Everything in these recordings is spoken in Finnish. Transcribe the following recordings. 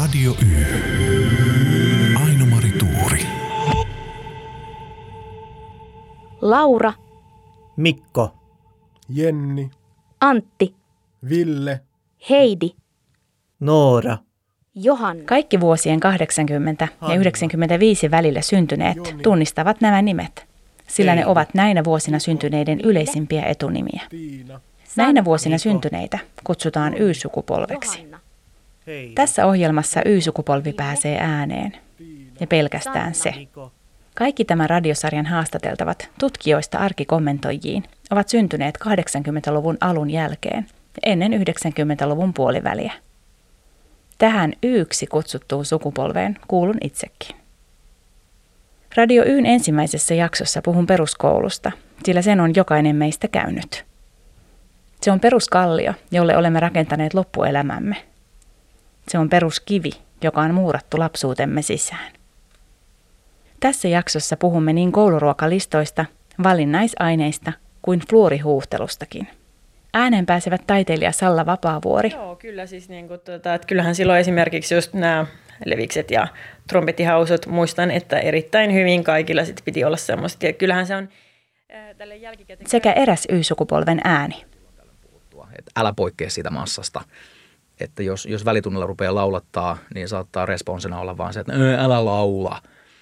Radio Y. Aino-Mari Tuuri. Laura. Mikko. Jenni. Antti. Ville. Heidi. Noora. Johanna. Kaikki vuosien 80 ja 95 välillä syntyneet tunnistavat nämä nimet, sillä ne ovat näinä vuosina syntyneiden yleisimpiä etunimiä. Tiina. Näinä vuosina syntyneitä kutsutaan Y-sukupolveksi. Johanna. Tässä ohjelmassa Y-sukupolvi pääsee ääneen. Ja pelkästään se. Kaikki tämän radiosarjan haastateltavat tutkijoista arkikommentoijiin ovat syntyneet 80-luvun alun jälkeen ja ennen 90-luvun puoliväliä. Tähän Yksi kutsuttuun sukupolveen kuulun itsekin. Radio Y'n ensimmäisessä jaksossa puhun peruskoulusta, sillä sen on jokainen meistä käynyt. Se on peruskallio, jolle olemme rakentaneet loppuelämämme. Se on peruskivi, joka on muurattu lapsuutemme sisään. Tässä jaksossa puhumme niin kouluruokalistoista, valinnaisaineista kuin fluorihuuhtelustakin. Ääneen pääsevät taiteilija Salla Vapaavuori. Joo, kyllä siis että kyllähän silloin esimerkiksi just nämä levikset ja trompettihausut, muistan, että erittäin hyvin kaikilla sit piti olla semmoista. Ja kyllähän se on tälle jälkikäteen... Sekä eräs Y-sukupolven ääni. Että älä poikkea siitä massasta. Että jos välitunnilla rupeaa laulattaa, niin saattaa responsina olla vaan se, että älä laula.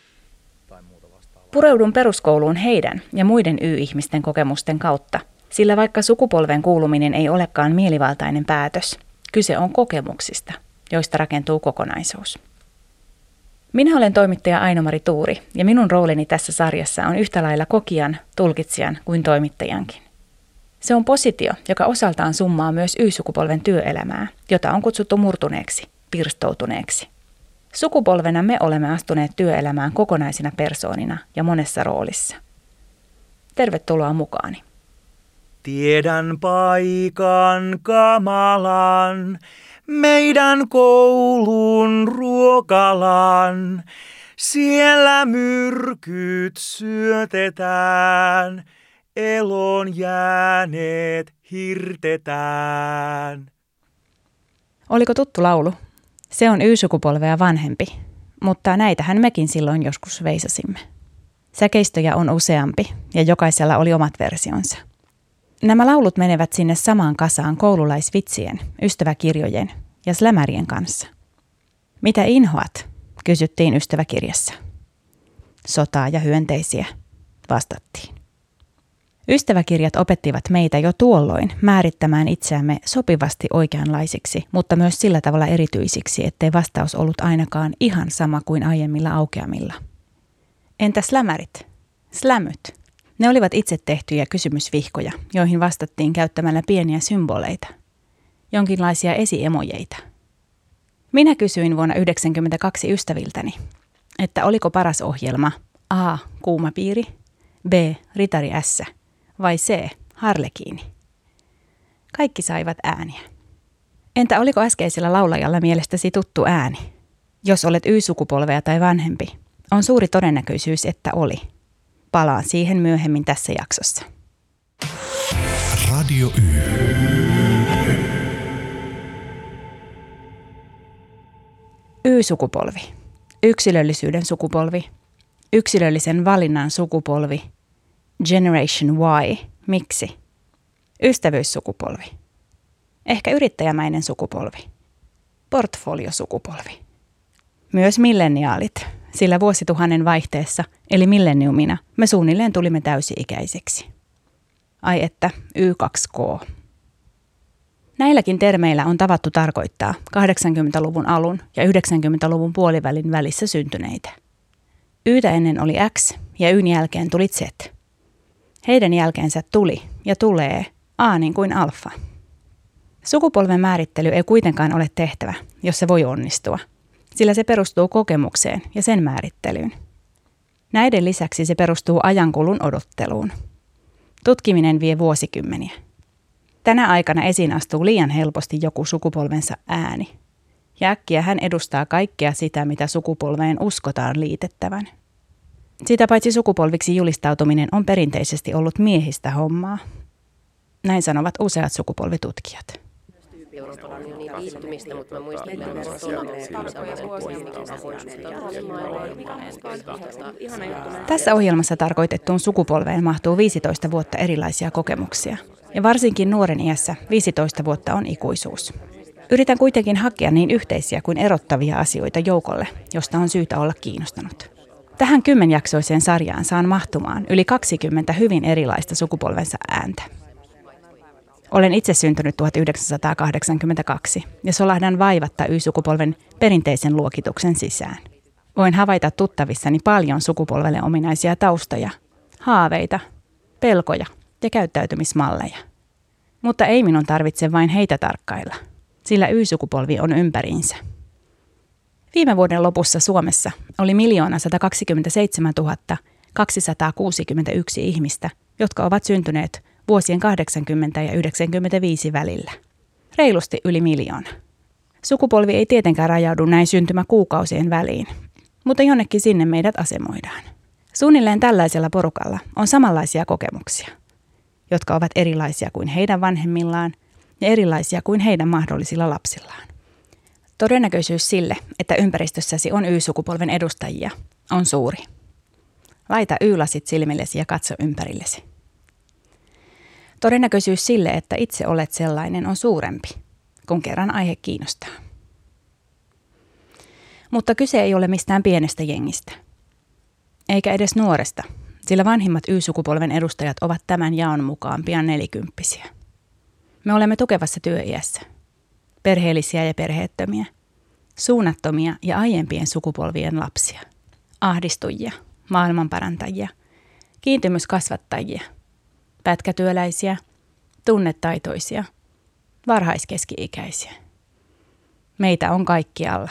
Pureudun peruskouluun heidän ja muiden Y-ihmisten kokemusten kautta, sillä vaikka sukupolven kuuluminen ei olekaan mielivaltainen päätös, kyse on kokemuksista, joista rakentuu kokonaisuus. Minä olen toimittaja Aino-Mari Tuuri ja minun roolini tässä sarjassa on yhtä lailla kokijan, tulkitsijan kuin toimittajankin. Se on positio, joka osaltaan summaa myös Y-sukupolven työelämää, jota on kutsuttu murtuneeksi, pirstoutuneeksi. Sukupolvena me olemme astuneet työelämään kokonaisina persoonina ja monessa roolissa. Tervetuloa mukaani. Tiedän paikan kamalan, meidän koulun ruokalan. Siellä myrkyt syötetään, elon jääneet hirtetään. Oliko tuttu laulu? Se on Y-sukupolvea vanhempi, mutta näitähän mekin silloin joskus veisasimme. Säkeistöjä on useampi ja jokaisella oli omat versionsa. Nämä laulut menevät sinne samaan kasaan koululaisvitsien, ystäväkirjojen ja slämärien kanssa. Mitä inhoat? Kysyttiin ystäväkirjassa. Sotaa ja hyönteisiä, vastattiin. Ystäväkirjat opettivat meitä jo tuolloin määrittämään itseämme sopivasti oikeanlaisiksi, mutta myös sillä tavalla erityisiksi, ettei vastaus ollut ainakaan ihan sama kuin aiemmilla aukeamilla. Entä slämärit? Slämyt? Ne olivat itse tehtyjä kysymysvihkoja, joihin vastattiin käyttämällä pieniä symboleita, jonkinlaisia esiemojeita. Minä kysyin vuonna 1992 ystäviltäni, että oliko paras ohjelma A. Kuumapiiri, B. Ritari S vai C. Harlekiini. Kaikki saivat ääniä. Entä oliko äskeisellä laulajalla mielestäsi tuttu ääni? Jos olet Y-sukupolvea tai vanhempi, on suuri todennäköisyys, että oli. Palaan siihen myöhemmin tässä jaksossa. Radio Y. Y-sukupolvi. Yksilöllisyyden sukupolvi. Yksilöllisen valinnan sukupolvi. Generation Y. Miksi? Ystävyyssukupolvi. Ehkä yrittäjämäinen sukupolvi. Portfoliosukupolvi. Myös milleniaalit, sillä vuosituhannen vaihteessa, eli millenniumina, me suunnilleen tulimme täysi-ikäiseksi. Ai että, Y2K. Näilläkin termeillä on tavattu tarkoittaa 80-luvun alun ja 90-luvun puolivälin välissä syntyneitä. Ytä ennen oli X ja Yn jälkeen tuli Z. Heidän jälkeensä tuli ja tulee A niin kuin alfa. Sukupolven määrittely ei kuitenkaan ole tehtävä, jos se voi onnistua, sillä se perustuu kokemukseen ja sen määrittelyyn. Näiden lisäksi se perustuu ajankulun odotteluun. Tutkiminen vie vuosikymmeniä. Tänä aikana esiin astuu liian helposti joku sukupolvensa ääni. Ja äkkiä hän edustaa kaikkea sitä, mitä sukupolveen uskotaan liitettävän. Sitä paitsi sukupolviksi julistautuminen on perinteisesti ollut miehistä hommaa. Näin sanovat useat sukupolvitutkijat. Euroopan unionin liittymistä, mutta mä muistan, että meillä on Tässä ohjelmassa tarkoitettuun sukupolveen mahtuu 15 vuotta erilaisia kokemuksia. Ja varsinkin nuoren iässä 15 vuotta on ikuisuus. Yritän kuitenkin hakea niin yhteisiä kuin erottavia asioita joukolle, josta on syytä olla kiinnostunut. Tähän 10-jaksoiseen sarjaan saan mahtumaan yli 20 hyvin erilaista sukupolvensa ääntä. Olen itse syntynyt 1982 ja solahdan vaivatta Y-sukupolven perinteisen luokituksen sisään. Voin havaita tuttavissani paljon sukupolvelle ominaisia taustoja, haaveita, pelkoja ja käyttäytymismalleja. Mutta ei minun tarvitse vain heitä tarkkailla, sillä Y-sukupolvi on ympäriinsä. Viime vuoden lopussa Suomessa oli 1 127 261 ihmistä, jotka ovat syntyneet vuosien 80 ja 95 välillä. Reilusti yli 1 000 000. Sukupolvi ei tietenkään rajaudu näin syntymäkuukausien väliin, mutta jonnekin sinne meidät asemoidaan. Suunnilleen tällaisella porukalla on samanlaisia kokemuksia, jotka ovat erilaisia kuin heidän vanhemmillaan ja erilaisia kuin heidän mahdollisilla lapsillaan. Todennäköisyys sille, että ympäristössäsi on Y-sukupolven edustajia, on suuri. Laita Y-lasit silmillesi ja katso ympärillesi. Todennäköisyys sille, että itse olet sellainen, on suurempi, kun kerran aihe kiinnostaa. Mutta kyse ei ole mistään pienestä jengistä. Eikä edes nuoresta, sillä vanhimmat Y-sukupolven edustajat ovat tämän jaon mukaan pian 40-vuotiaita. Me olemme tukevassa työiässä. Perheellisiä ja perheettömiä. Suunnattomia ja aiempien sukupolvien lapsia. Ahdistujia, maailmanparantajia, kiintymyskasvattajia, pätkätyöläisiä, tunnetaitoisia, varhaiskeski-ikäisiä. Meitä on kaikkialla.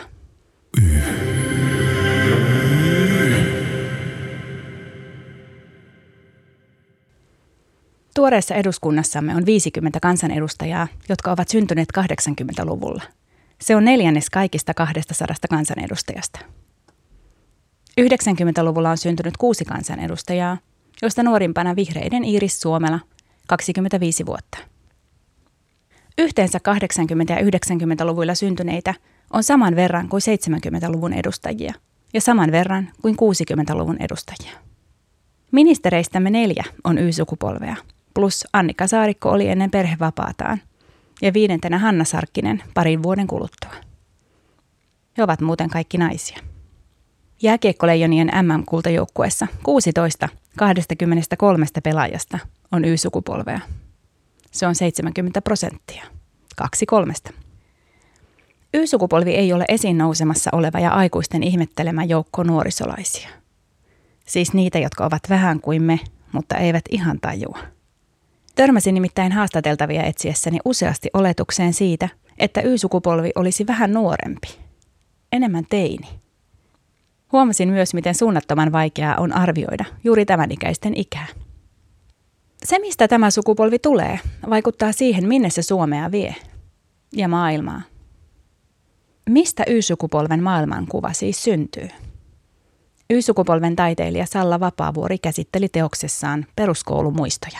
Tuoreessa eduskunnassamme on 50 kansanedustajaa, jotka ovat syntyneet 80-luvulla. Se on 4. kaikista 200 kansanedustajasta. 90-luvulla on syntynyt 6 kansanedustajaa, joista nuorimpana vihreiden Iiris Suomela, 25 vuotta. Yhteensä 80- ja 90-luvuilla syntyneitä on saman verran kuin 70-luvun edustajia ja saman verran kuin 60-luvun edustajia. Ministereistämme 4 on Y-sukupolvea, plus Annika Saarikko oli ennen perhevapaataan ja 5. Hanna Sarkkinen parin vuoden kuluttua. He ovat muuten kaikki naisia. Jääkiekkoleijonien MM-kultajoukkueessa 16 23 pelaajasta on Y-sukupolvea. Se on 70%, 2/3. Y-sukupolvi ei ole esiin nousemassa oleva ja aikuisten ihmettelemä joukko nuorisolaisia. Siis niitä, jotka ovat vähän kuin me, mutta eivät ihan tajua. Törmäsin nimittäin haastateltavia etsiessäni useasti oletukseen siitä, että Y-sukupolvi olisi vähän nuorempi, enemmän teini. Huomasin myös, miten suunnattoman vaikeaa on arvioida juuri tämän ikäisten ikää. Se, mistä tämä sukupolvi tulee, vaikuttaa siihen, minne se Suomea vie ja maailmaa. Mistä Y-sukupolven maailmankuva siis syntyy? Y-sukupolven taiteilija Salla Vapaavuori käsitteli teoksessaan peruskoulumuistoja.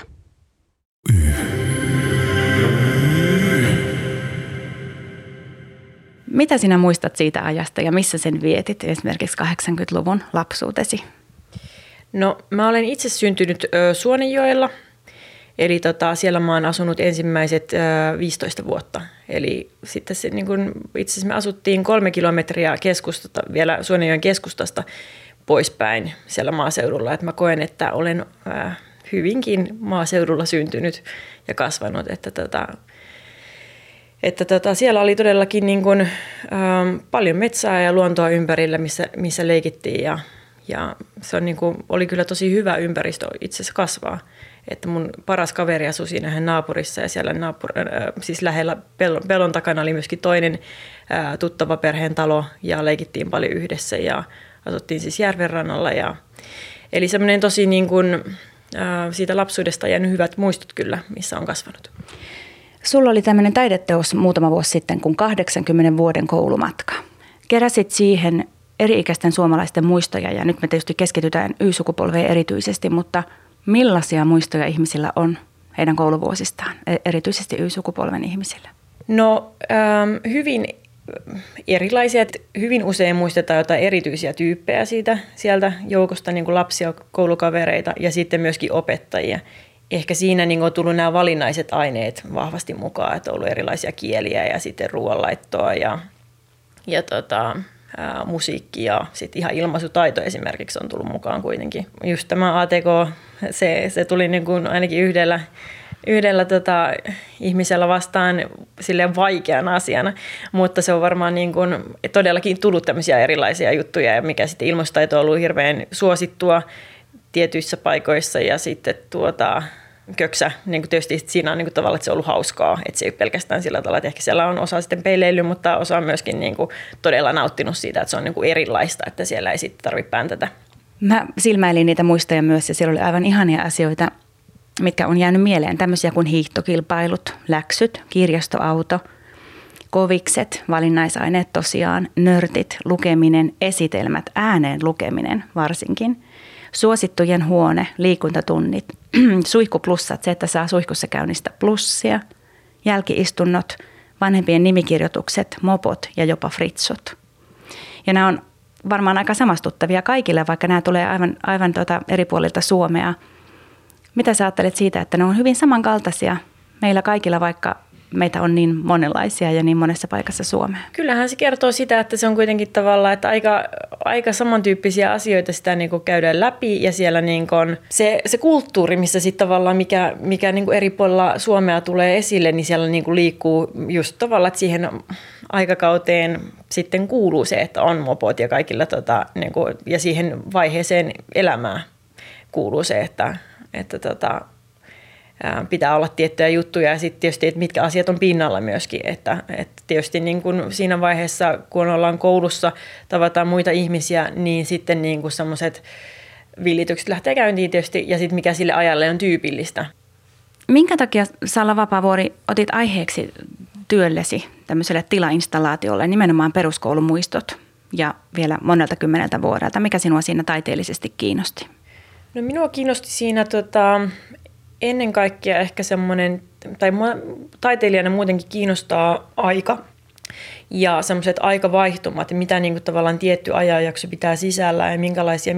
Mitä sinä muistat siitä ajasta ja missä sen vietit, esimerkiksi 80-luvun lapsuutesi? No, mä olen itse syntynyt Suonenjoella, eli siellä mä oon asunut ensimmäiset 15 vuotta. Eli sitten se, niin kun, itse asiassa me asuttiin 3 kilometriä keskustasta, vielä Suonenjoen keskustasta poispäin siellä maaseudulla. Et mä koen, että olen hyvinkin maaseudulla syntynyt ja kasvanut, että siellä oli todellakin niin kun, paljon metsää ja luontoa ympärillä, missä leikittiin ja se on niin kun, oli kyllä tosi hyvä ympäristö itse asiassa kasvaa. Että mun paras kaveri asui siinä naapurissa ja siellä siis lähellä pellon takana oli myöskin toinen tuttava perheen talo ja leikittiin paljon yhdessä ja asuttiin siis järven rannalla. Eli semmoinen tosi niin kuin, siitä lapsuudesta jäänyt hyvät muistot kyllä, missä on kasvanut. Sulla oli tämmöinen taideteos muutama vuosi sitten kuin 80 vuoden koulumatka. Keräsit siihen eri-ikäisten suomalaisten muistoja ja nyt me tietysti keskitytään Y-sukupolveen erityisesti, mutta millaisia muistoja ihmisillä on heidän kouluvuosistaan, erityisesti Y-sukupolven ihmisillä? No hyvin erilaisia. Hyvin usein muistetaan jotain erityisiä tyyppejä sieltä joukosta, niin kuin lapsia, koulukavereita ja sitten myöskin opettajia. Ehkä siinä niin on tullut nämä valinnaiset aineet vahvasti mukaan, että on ollut erilaisia kieliä ja sitten ruoanlaittoa ja musiikki ja sitten ihan ilmaisutaito esimerkiksi on tullut mukaan kuitenkin. Just tämä ATK, se tuli niin kuin ainakin yhdellä ihmisellä vastaan silleen vaikeana asiana, mutta se on varmaan niin kuin todellakin tullut tämmöisiä erilaisia juttuja, ja mikä sitten ilmaisutaito on ollut hirveän suosittua tietyissä paikoissa, ja sitten köksä, niin kuin tietysti siinä on niin kuin tavallaan, että se on ollut hauskaa, että se ei ole pelkästään sillä tavalla, että ehkä siellä on osa sitten peileily, mutta osa on myöskin niin kuin todella nauttinut siitä, että se on niin kuin erilaista, että siellä ei sitten tarvitse päntätä. Mä silmäilin niitä muistoja myös, ja siellä oli aivan ihania asioita, mitkä on jäänyt mieleen, tämmöisiä kuin hiihtokilpailut, läksyt, kirjastoauto, kovikset, valinnaisaineet tosiaan, nörtit, lukeminen, esitelmät, ääneen lukeminen varsinkin, suosittujen huone, liikuntatunnit, suihkuplussat, se, että saa suihkussa käynnistä plussia, jälkiistunnot, vanhempien nimikirjoitukset, mopot ja jopa fritsot. Ja nämä on varmaan aika samastuttavia kaikille, vaikka nämä tulee aivan eri puolilta Suomea. Mitä sä ajattelet siitä, että ne on hyvin samankaltaisia meillä kaikilla, vaikka meitä on niin monenlaisia ja niin monessa paikassa Suomea? Kyllähän se kertoo sitä, että se on kuitenkin tavallaan, että aika samantyyppisiä asioita sitä niin kuin käydään läpi, ja siellä niin kuin se kulttuuri, missä sitten tavallaan mikä niin kuin eri puolilla Suomea tulee esille, niin siellä niin kuin liikkuu just tavallaan, että siihen aikakauteen sitten kuuluu se, että on mopot ja kaikilla niin kuin, ja siihen vaiheeseen elämää kuuluu se, että pitää olla tiettyjä juttuja, ja sitten tietysti, että mitkä asiat on pinnalla myöskin. Että tietysti niin kun siinä vaiheessa, kun ollaan koulussa, tavataan muita ihmisiä, niin sitten niin kun semmoiset villitykset lähtee käyntiin tietysti, ja sitten mikä sille ajalle on tyypillistä. Minkä takia, Salla Vapaavuori, otit aiheeksi työllesi tämmöiselle tilainstallaatiolle nimenomaan peruskoulun muistot ja vielä monelta 10 vuodelta? Mikä sinua siinä taiteellisesti kiinnosti? No minua kiinnosti siinä ennen kaikkea ehkä semmoinen, tai taiteilijana muutenkin kiinnostaa aika ja semmoiset aikavaihtumat, mitä niin kuin tavallaan tietty ajanjakso pitää sisällä ja minkälaisia,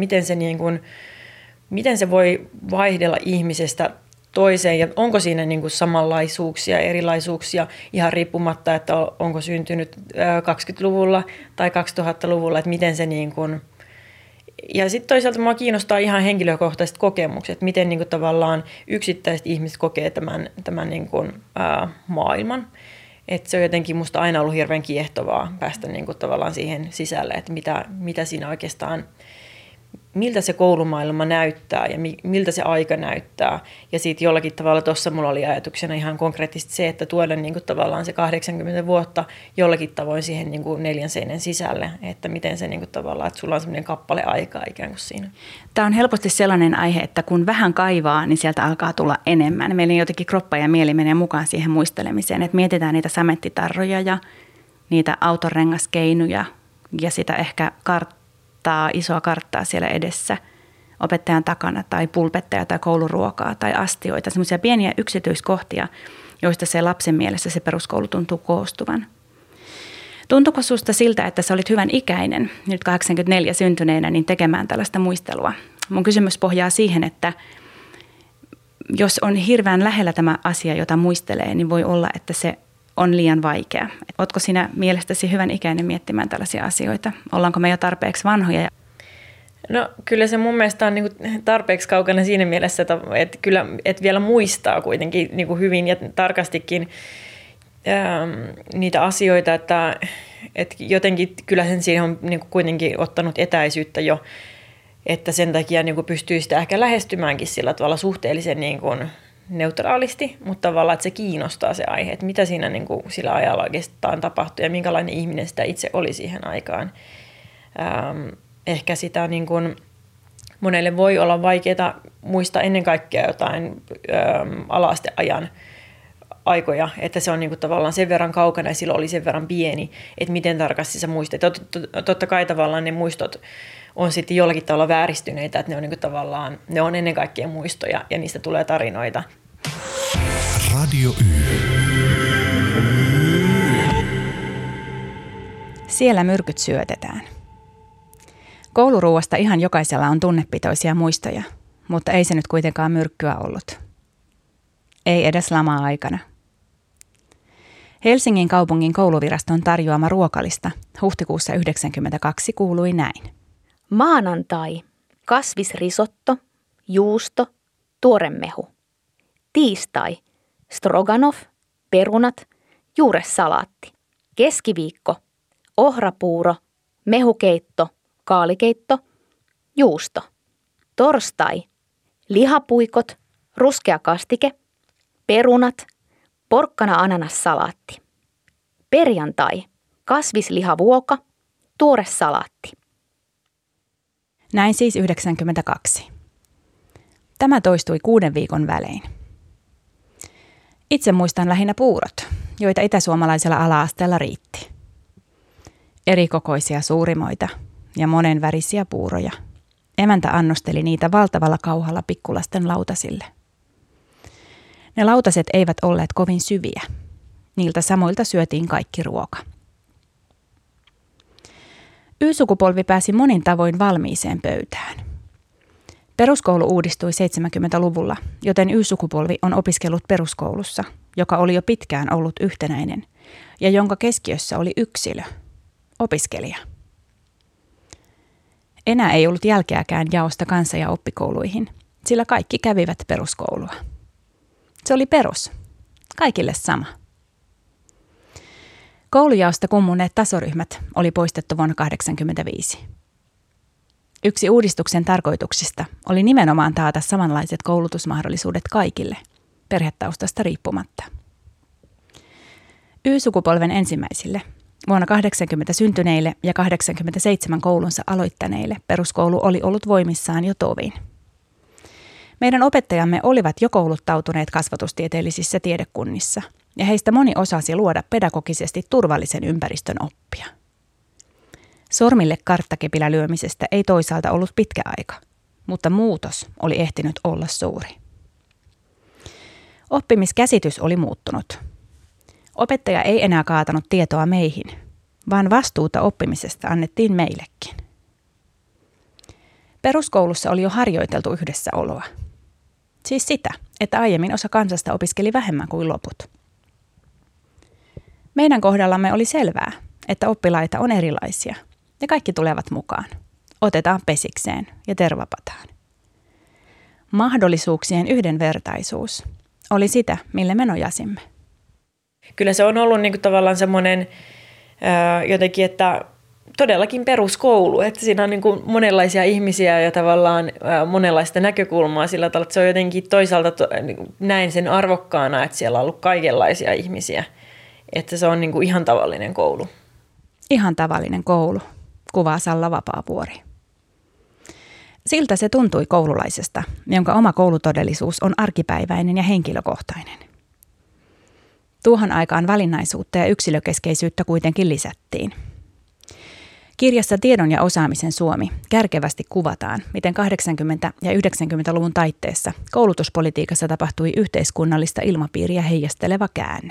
miten se voi vaihdella ihmisestä toiseen ja onko siinä niin kuin samanlaisuuksia, erilaisuuksia ihan riippumatta, että onko syntynyt 20-luvulla tai 2000-luvulla, että miten se niin kuin. Ja sitten toisaalta minua kiinnostaa ihan henkilökohtaiset kokemukset, miten niin kuin tavallaan yksittäiset ihmiset kokee tämän niin kuin, maailman. Et se on jotenkin minusta aina ollut hirveän kiehtovaa päästä niin kuin tavallaan siihen sisälle, että mitä siinä oikeastaan, miltä se koulumaailma näyttää ja miltä se aika näyttää. Ja sitten jollakin tavalla tuossa minulla oli ajatuksena ihan konkreettisesti se, että tuoda niin kuin tavallaan se 80 vuotta jollakin tavoin siihen niin kuin 4 seinän sisälle, että miten se niin kuin tavallaan, että sulla on semmoinen kappale aikaa ikään kuin siinä. Tämä on helposti sellainen aihe, että kun vähän kaivaa, niin sieltä alkaa tulla enemmän. Meillä jotenkin kroppa ja mieli menee mukaan siihen muistelemiseen, että mietitään niitä samettitarroja ja niitä autonrengaskeinuja ja sitä ehkä isoa karttaa siellä edessä opettajan takana tai pulpetteja tai kouluruokaa tai astioita, semmoisia pieniä yksityiskohtia, joista se lapsen mielessä se peruskoulu tuntuu koostuvan. Tuntuuko susta siltä, että sä olit hyvän ikäinen, nyt 84 syntyneenä, niin tekemään tällaista muistelua? Mun kysymys pohjaa siihen, että jos on hirveän lähellä tämä asia, jota muistelee, niin voi olla, että se on liian vaikea. Ootko sinä mielestäsi hyvän ikäinen miettimään tällaisia asioita? Ollaanko me jo tarpeeksi vanhoja? No kyllä se mun mielestä on niin kuin tarpeeksi kaukana siinä mielessä, että kyllä että vielä muistaa kuitenkin niin kuin hyvin ja tarkastikin niitä asioita, että jotenkin kyllä sen siihen on niin kuin kuitenkin ottanut etäisyyttä jo, että sen takia niin kuin pystyy sitä ehkä lähestymäänkin sillä tavalla suhteellisen niin kuin neutraalisti, mutta tavallaan, että se kiinnostaa se aihe, että mitä siinä niin kuin sillä ajalla oikeastaan tapahtui ja minkälainen ihminen sitä itse oli siihen aikaan. Ehkä sitä niin kuin monelle voi olla vaikeaa muistaa ennen kaikkea jotain ala-asteajan aikoja, että se on niin kuin tavallaan sen verran kaukana ja silloin oli sen verran pieni, että miten tarkasti sä muistat. Totta kai tavallaan ne muistot on sitten jollakin tavalla vääristyneitä, että ne on niin kuin tavallaan, ne on ennen kaikkea muistoja ja niistä tulee tarinoita. Radio Y. Siellä myrkyt syötetään. Kouluruuasta ihan jokaisella on tunnepitoisia muistoja, mutta ei se nyt kuitenkaan myrkkyä ollut. Ei edes lama-aikana. Helsingin kaupungin kouluviraston tarjoama ruokalista huhtikuussa 1992 kuului näin. Maanantai, kasvisrisotto, juusto, tuoremehu. Tiistai, stroganoff, perunat, juuresalaatti. Keskiviikko, ohrapuuro, mehukeitto, kaalikeitto, juusto. Torstai, lihapuikot, ruskea kastike, perunat, porkkana-ananassalaatti. Perjantai, kasvislihavuoka, tuore salaatti. Näin siis 1992. Tämä toistui 6 viikon välein. Itse muistan lähinnä puurot, joita itäsuomalaisella ala-asteella riitti. Erikokoisia suurimoita ja monenvärisiä puuroja. Emäntä annosteli niitä valtavalla kauhalla pikkulasten lautasille. Ne lautaset eivät olleet kovin syviä. Niiltä samoilta syötiin kaikki ruoka. Y-sukupolvi pääsi monin tavoin valmiiseen pöytään. Peruskoulu uudistui 70-luvulla, joten Y-sukupolvi on opiskellut peruskoulussa, joka oli jo pitkään ollut yhtenäinen ja jonka keskiössä oli yksilö, opiskelija. Enää ei ollut jälkeäkään jaosta kansa- ja oppikouluihin, sillä kaikki kävivät peruskoulua. Se oli perus, kaikille sama. Koulujaosta kummunneet tasoryhmät oli poistettu vuonna 1985. Yksi uudistuksen tarkoituksista oli nimenomaan taata samanlaiset koulutusmahdollisuudet kaikille, perhetaustasta riippumatta. Y-sukupolven ensimmäisille, vuonna 80 syntyneille ja 87 koulunsa aloittaneille peruskoulu oli ollut voimissaan jo tovin. Meidän opettajamme olivat jo kouluttautuneet kasvatustieteellisissä tiedekunnissa, ja heistä moni osasi luoda pedagogisesti turvallisen ympäristön oppia. Sormille karttakepillä lyömisestä ei toisaalta ollut pitkä aika, mutta muutos oli ehtinyt olla suuri. Oppimiskäsitys oli muuttunut. Opettaja ei enää kaatanut tietoa meihin, vaan vastuuta oppimisesta annettiin meillekin. Peruskoulussa oli jo harjoiteltu yhdessäoloa. Siis sitä, että aiemmin osa kansasta opiskeli vähemmän kuin loput. Meidän kohdallamme oli selvää, että oppilaita on erilaisia ja kaikki tulevat mukaan. Otetaan pesikseen ja tervapataan. Mahdollisuuksien yhdenvertaisuus oli sitä, mille me nojasimme. Kyllä se on ollut niinku tavallaan semmoinen jotenkin, että todellakin peruskoulu, että siinä on niinku monenlaisia ihmisiä ja tavallaan monenlaista näkökulmaa sillä tavalla, että se on jotenkin toisaalta näin sen arvokkaana, että siellä on ollut kaikenlaisia ihmisiä, että se on niinku ihan tavallinen koulu. Ihan tavallinen koulu, kuvaa Salla Vapaavuori. Siltä se tuntui koululaisesta, jonka oma koulutodellisuus on arkipäiväinen ja henkilökohtainen. Tuohon aikaan valinnaisuutta ja yksilökeskeisyyttä kuitenkin lisättiin. Kirjassa Tiedon ja osaamisen Suomi kärkevästi kuvataan, miten 80- ja 90-luvun taitteessa koulutuspolitiikassa tapahtui yhteiskunnallista ilmapiiriä heijasteleva käänne.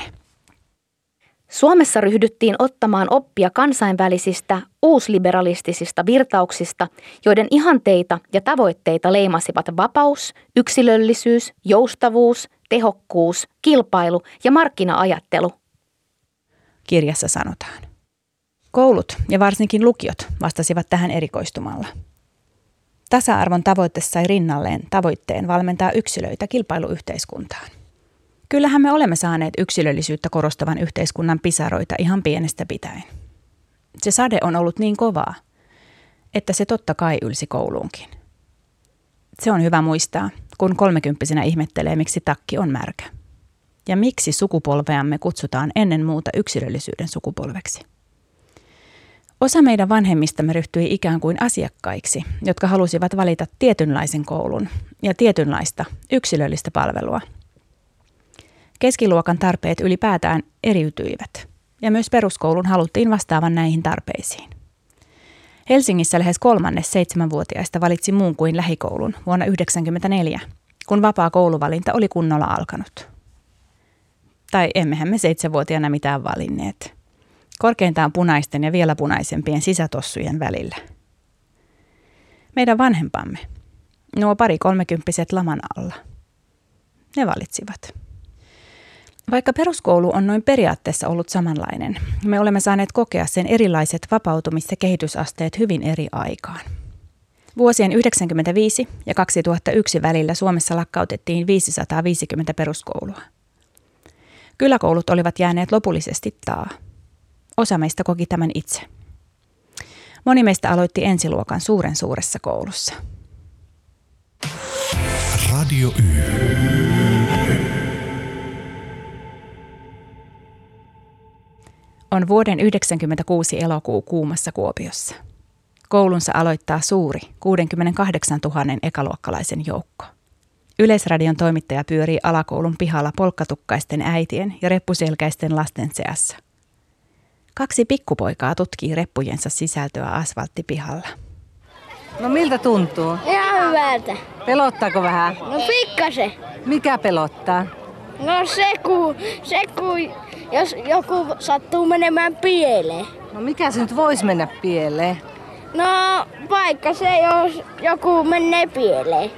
Suomessa ryhdyttiin ottamaan oppia kansainvälisistä uusliberalistisista virtauksista, joiden ihanteita ja tavoitteita leimasivat vapaus, yksilöllisyys, joustavuus, tehokkuus, kilpailu ja markkina-ajattelu. Kirjassa sanotaan. Koulut ja varsinkin lukiot vastasivat tähän erikoistumalla. Tasa-arvon tavoite sai rinnalleen tavoitteen valmentaa yksilöitä kilpailuyhteiskuntaan. Kyllähän me olemme saaneet yksilöllisyyttä korostavan yhteiskunnan pisaroita ihan pienestä pitäen. Se sade on ollut niin kovaa, että se totta kai ylsi kouluunkin. Se on hyvä muistaa, kun 30-vuotiaana ihmettelee, miksi takki on märkä. Ja miksi sukupolveamme kutsutaan ennen muuta yksilöllisyyden sukupolveksi. Osa meidän vanhemmistamme ryhtyi ikään kuin asiakkaiksi, jotka halusivat valita tietynlaisen koulun ja tietynlaista yksilöllistä palvelua. Keskiluokan tarpeet ylipäätään eriytyivät, ja myös peruskoulun haluttiin vastaavan näihin tarpeisiin. Helsingissä lähes 1/3 7-vuotiaista valitsi muun kuin lähikoulun vuonna 1994, kun vapaa kouluvalinta oli kunnolla alkanut. Tai emmehän me 7-vuotiaana mitään valinneet. korkeintaan punaisten ja vielä punaisempien sisätossujen välillä. Meidän vanhempamme, nuo 30 laman alla, ne valitsivat. Vaikka peruskoulu on noin periaatteessa ollut samanlainen, me olemme saaneet kokea sen erilaiset vapautumis- ja kehitysasteet hyvin eri aikaan. Vuosien 1995 ja 2001 välillä Suomessa lakkautettiin 550 peruskoulua. Kyläkoulut olivat jääneet lopullisesti taa. Osa meistä koki tämän itse. Moni meistä aloitti ensiluokan suuressa koulussa. Radio Y. On vuoden 1996 elokuu kuumassa Kuopiossa. Koulunsa aloittaa suuri 68 000 ekaluokkalaisen joukko. Yleisradion toimittaja pyörii alakoulun pihalla polkkatukkaisten äitien ja reppuselkäisten lasten seassa. 2 pikkupoikaa tutkii reppujensa sisältöä asfalttipihalla. No miltä tuntuu? Ihan hyvältä. Pelottaako vähän? No pikkasen. Mikä pelottaa? No se kun jos joku sattuu menemään pieleen. No mikä se nyt voisi mennä pieleen? No vaikka se, jos joku menee pieleen.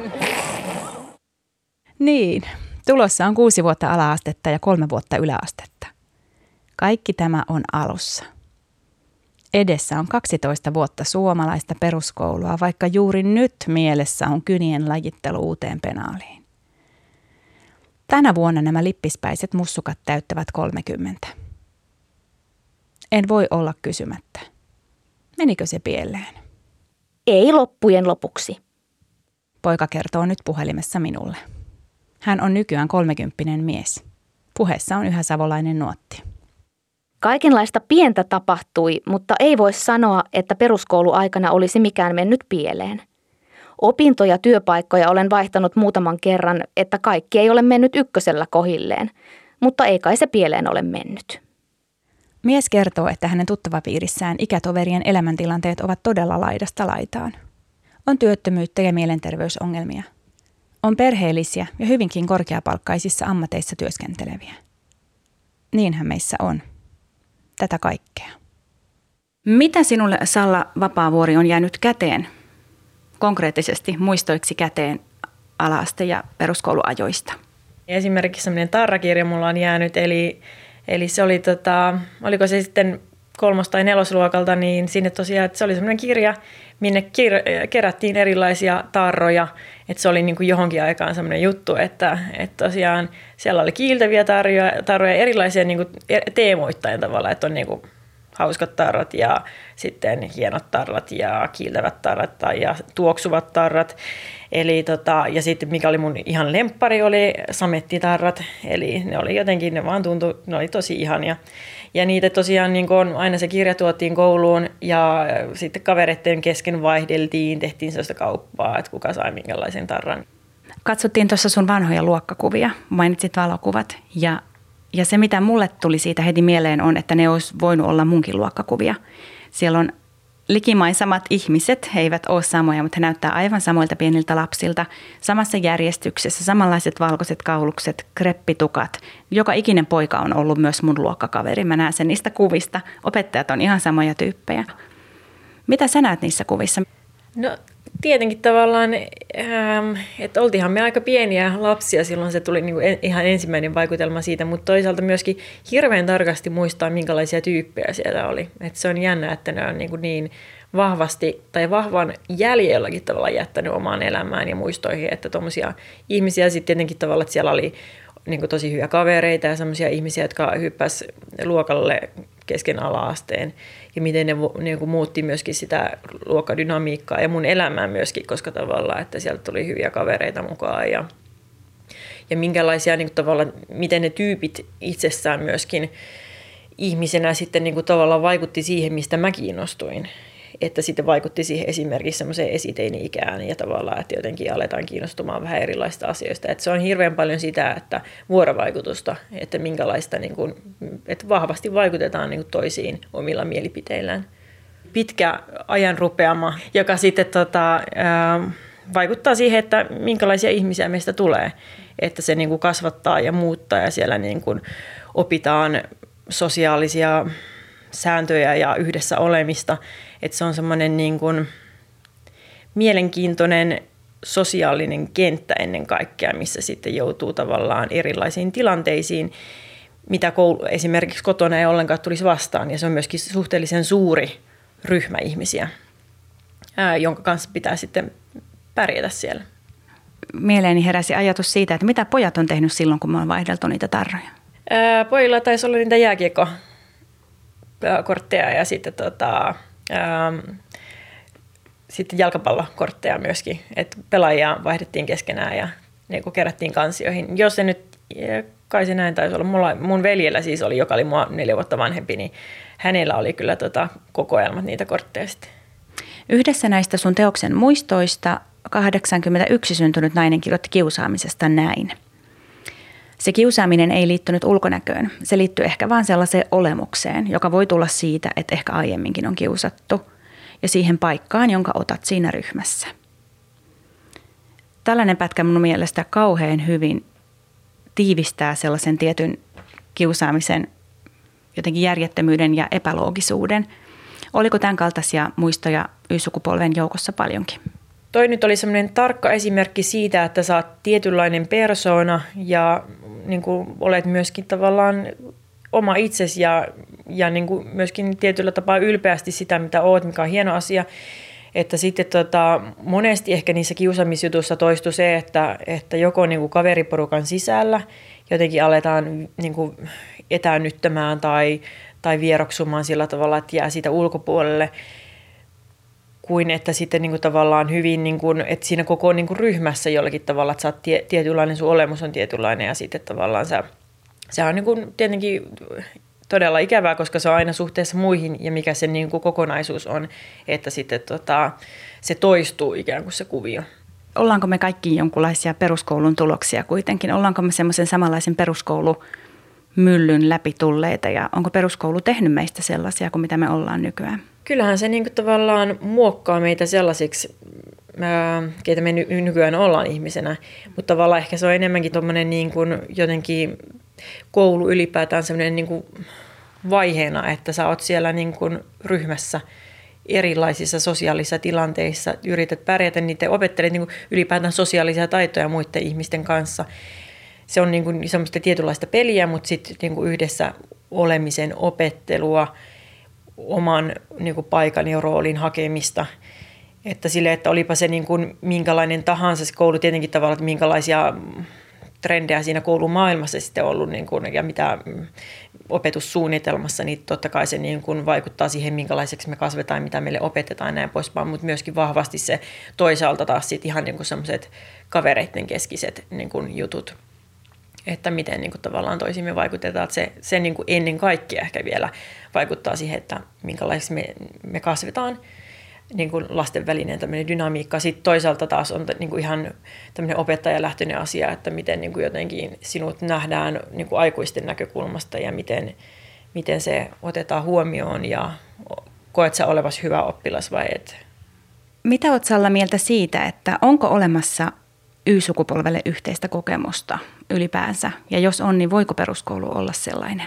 Niin, tulossa on 6 vuotta ala-astetta ja 3 vuotta yläastetta. Kaikki tämä on alussa. Edessä on 12 vuotta suomalaista peruskoulua, vaikka juuri nyt mielessä on kynien lajittelu uuteen penaaliin. Tänä vuonna nämä lippispäiset mussukat täyttävät 30. En voi olla kysymättä. Menikö se pieleen? Ei loppujen lopuksi. Poika kertoo nyt puhelimessa minulle. Hän on nykyään 30 mies. Puheessa on yhä savolainen nuotti. Kaikenlaista pientä tapahtui, mutta ei voi sanoa, että peruskouluaikana olisi mikään mennyt pieleen. Opintoja ja työpaikkoja olen vaihtanut muutaman kerran, että kaikki ei ole mennyt ykkösellä kohilleen, mutta ei kai se pieleen ole mennyt. Mies kertoo, että hänen tuttavapiirissään ikätoverien elämäntilanteet ovat todella laidasta laitaan. On työttömyyttä ja mielenterveysongelmia. On perheellisiä ja hyvinkin korkeapalkkaisissa ammateissa työskenteleviä. Niinhän meissä on. Tätä kaikkea. Mitä sinulle, Salla Vapaavuori, on jäänyt käteen? Konkreettisesti muistoiksi käteen ala-aste- ja peruskouluajoista. Esimerkiksi sellainen tarrakirja mulla on jäänyt, eli se oli, oliko se sitten 3. tai 4. luokalta, niin sinne tosiaan, että se oli sellainen kirja, minne kerättiin erilaisia tarroja, että se oli niin kuin johonkin aikaan sellainen juttu, että tosiaan siellä oli kiiltäviä tarroja erilaisia niin kuin teemoittain tavallaan, että on niin kuin hauskat tarrat ja sitten hienot tarrat ja kiiltävät tarrat ja tuoksuvat tarrat. Eli ja sitten mikä oli mun ihan lemppari oli samettitarrat, eli ne oli jotenkin, ne vaan tuntui, ne oli tosi ihania. Ja niitä tosiaan niin kun aina se kirja tuotiin kouluun ja sitten kavereiden kesken vaihdeltiin, tehtiin sellaista kauppaa, että kuka sai minkälaisen tarran. Katsottiin tuossa sun vanhoja luokkakuvia, mainitsit valokuvat ja se mitä mulle tuli siitä heti mieleen on, että ne olisi voinut olla munkin luokkakuvia. Siellä on likimain samat ihmiset, he eivät ole samoja, mutta he näyttää aivan samoilta pieniltä lapsilta. Samassa järjestyksessä, samanlaiset valkoiset kaulukset, kreppitukat. Joka ikinen poika on ollut myös mun luokkakaveri. Mä näen sen niistä kuvista. Opettajat on ihan samoja tyyppejä. Mitä sä näet niissä kuvissa? No tietenkin tavallaan, että oltiinhan me aika pieniä lapsia, silloin se tuli niin kuin ihan ensimmäinen vaikutelma siitä, mutta toisaalta myöskin hirveän tarkasti muistaa, minkälaisia tyyppejä siellä oli. Että se on jännä, että ne on niin vahvasti tai vahvan jäljelläkin tavalla jättänyt omaan elämään ja muistoihin, että tuommoisia ihmisiä sitten tietenkin tavallaan, että siellä oli niin kuin tosi hyviä kavereita ja sellaisia ihmisiä, jotka hyppäsi luokalle kesken ala-asteen ja miten ne niin kuin muutti myöskin sitä luokkadynamiikkaa ja mun elämää myöskin, koska tavallaan, että sieltä tuli hyviä kavereita mukaan ja minkälaisia niin kuin tavallaan, miten ne tyypit itsessään myöskin ihmisenä sitten niin kuin tavallaan vaikutti siihen, mistä mä kiinnostuin. Että sitten vaikutti siihen esimerkiksi semmoiseen esiteini-ikään ja tavallaan, että jotenkin aletaan kiinnostumaan vähän erilaisista asioista. Että se on hirveän paljon sitä, että vuorovaikutusta, että minkälaista, niin kuin, että vahvasti vaikutetaan niin kuin toisiin omilla mielipiteillään. Pitkä ajan rupeama, joka sitten vaikuttaa siihen, että minkälaisia ihmisiä meistä tulee. Että se niin kuin kasvattaa ja muuttaa ja siellä niin kuin opitaan sosiaalisia sääntöjä ja yhdessä olemista. Että se on semmoinen niin kuin mielenkiintoinen sosiaalinen kenttä ennen kaikkea, missä sitten joutuu tavallaan erilaisiin tilanteisiin, mitä esimerkiksi kotona ei ollenkaan tulisi vastaan. Ja se on myöskin suhteellisen suuri ryhmä ihmisiä, jonka kanssa pitää sitten pärjätä siellä. Mieleeni heräsi ajatus siitä, että mitä pojat on tehnyt silloin, kun me on vaihdeltu niitä tarroja. Pojilla taisi olla niitä jääkiekkokortteja ja sitten, sitten jalkapallokortteja myöskin. Että pelaajia vaihdettiin keskenään ja niin kuin kerättiin kansioihin. Jos se nyt, kai se näin taisi olla. Mun veljellä siis oli, joka oli mua 4 vuotta vanhempi, niin hänellä oli kyllä kokoelmat niitä kortteja sitten. Yhdessä näistä sun teoksen muistoista 81 syntynyt nainen kirjoitti kiusaamisesta näin. Se kiusaaminen ei liittynyt ulkonäköön. Se liittyy ehkä vain sellaiseen olemukseen, joka voi tulla siitä, että ehkä aiemminkin on kiusattu, ja siihen paikkaan, jonka otat siinä ryhmässä. Tällainen pätkä mun mielestä kauhean hyvin tiivistää sellaisen tietyn kiusaamisen jotenkin järjettömyyden ja epäloogisuuden. Oliko tämän kaltaisia muistoja Y-sukupolven joukossa paljonkin? Toi nyt oli semmoinen tarkka esimerkki siitä, että sä oot tietynlainen persoona ja niin kuin olet myöskin tavallaan oma itsesi ja niin kuin myöskin tietyllä tapaa ylpeästi sitä, mitä oot, mikä on hieno asia. Että sitten monesti ehkä niissä kiusaamisjutuissa toistui se, että joko niin kuin kaveriporukan sisällä jotenkin aletaan niin kuin etäännyttämään tai vieroksumaan sillä tavalla, että jää siitä ulkopuolelle, kuin että sitten niin kuin tavallaan hyvin, niin kuin, että siinä koko niin kuin ryhmässä jollakin tavalla, että sä oot tietynlainen, sun olemus on tietynlainen ja sitten tavallaan se on niin kuin tietenkin todella ikävää, koska se on aina suhteessa muihin ja mikä se niin kuin kokonaisuus on, että sitten se toistuu ikään kuin se kuvio. Ollaanko me kaikki jonkinlaisia peruskoulun tuloksia kuitenkin? Ollaanko me semmoisen samanlaisen peruskoulumyllyn läpi tulleita ja onko peruskoulu tehnyt meistä sellaisia kuin mitä me ollaan nykyään? Kyllähän se niin kuin tavallaan muokkaa meitä sellaisiksi, keitä me nykyään ollaan ihmisenä, mutta tavallaan ehkä se on enemmänkin tuommoinen niin kuin jotenkin koulu ylipäätään sellainen niin kuin vaiheena, että sä oot siellä niin kuin ryhmässä erilaisissa sosiaalisissa tilanteissa, yrität pärjätä niitä, opettelet niin kuin ylipäätään sosiaalisia taitoja muiden ihmisten kanssa. Se on niin kuin semmoista tietynlaista peliä, mutta sitten niin kuin yhdessä olemisen opettelua, oman niin kuin paikan ja roolin hakemista. Että sille, että olipa se niin kuin minkälainen tahansa se koulu tietenkin tavallaan, että minkälaisia trendejä siinä koulumaailmassa sitten ollut niin kuin, ja mitä opetussuunnitelmassa, niin totta kai se niin kuin vaikuttaa siihen, minkälaiseksi me kasvetaan, mitä meille opetetaan ja näin poispäin, mutta myöskin vahvasti se toisaalta taas sitten ihan niin kuin sellaiset kavereiden keskiset niin kuin jutut, että miten niin kuin tavallaan toisimme vaikutetaan, että se niin kuin ennen kaikkea ehkä vielä vaikuttaa siihen, että minkälaiseksi me kasvetaan, niin kuin lasten välinen tämmöinen dynamiikka. Sitten toisaalta taas on niin kuin ihan tämmöinen opettajalähtöinen asia, että miten niin kuin jotenkin sinut nähdään niin kuin aikuisten näkökulmasta ja miten se otetaan huomioon ja koet sä olevasi hyvä oppilas vai et. Mitä oot Salla mieltä siitä, että onko olemassa Y-sukupolvelle yhteistä kokemusta ylipäänsä? Ja jos on, niin voiko peruskoulu olla sellainen?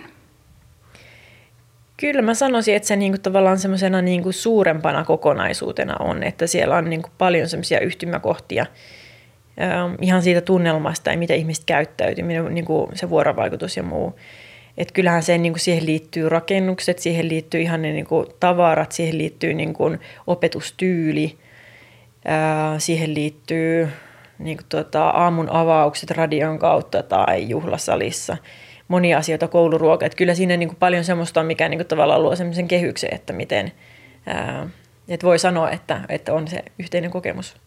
Kyllä mä sanoisin, että se niinku tavallaan semmoisena niinku suurempana kokonaisuutena on, että siellä on niinku paljon semmoisia yhtymäkohtia ihan siitä tunnelmasta ja miten ihmiset käyttäytyy, niinku se vuorovaikutus ja muu. Et kyllähän se, niinku siihen liittyy rakennukset, siihen liittyy ihan ne niinku tavarat, siihen liittyy niinku opetustyyli, siihen liittyy niinku aamun avaukset radion kautta tai juhlasalissa. Monia asioita, kouluruoka. Että kyllä siinä niin kuin paljon semmoista on, mikä niin kuin tavallaan luo semmoisen kehyksen, että miten, että voi sanoa, että on se yhteinen kokemus.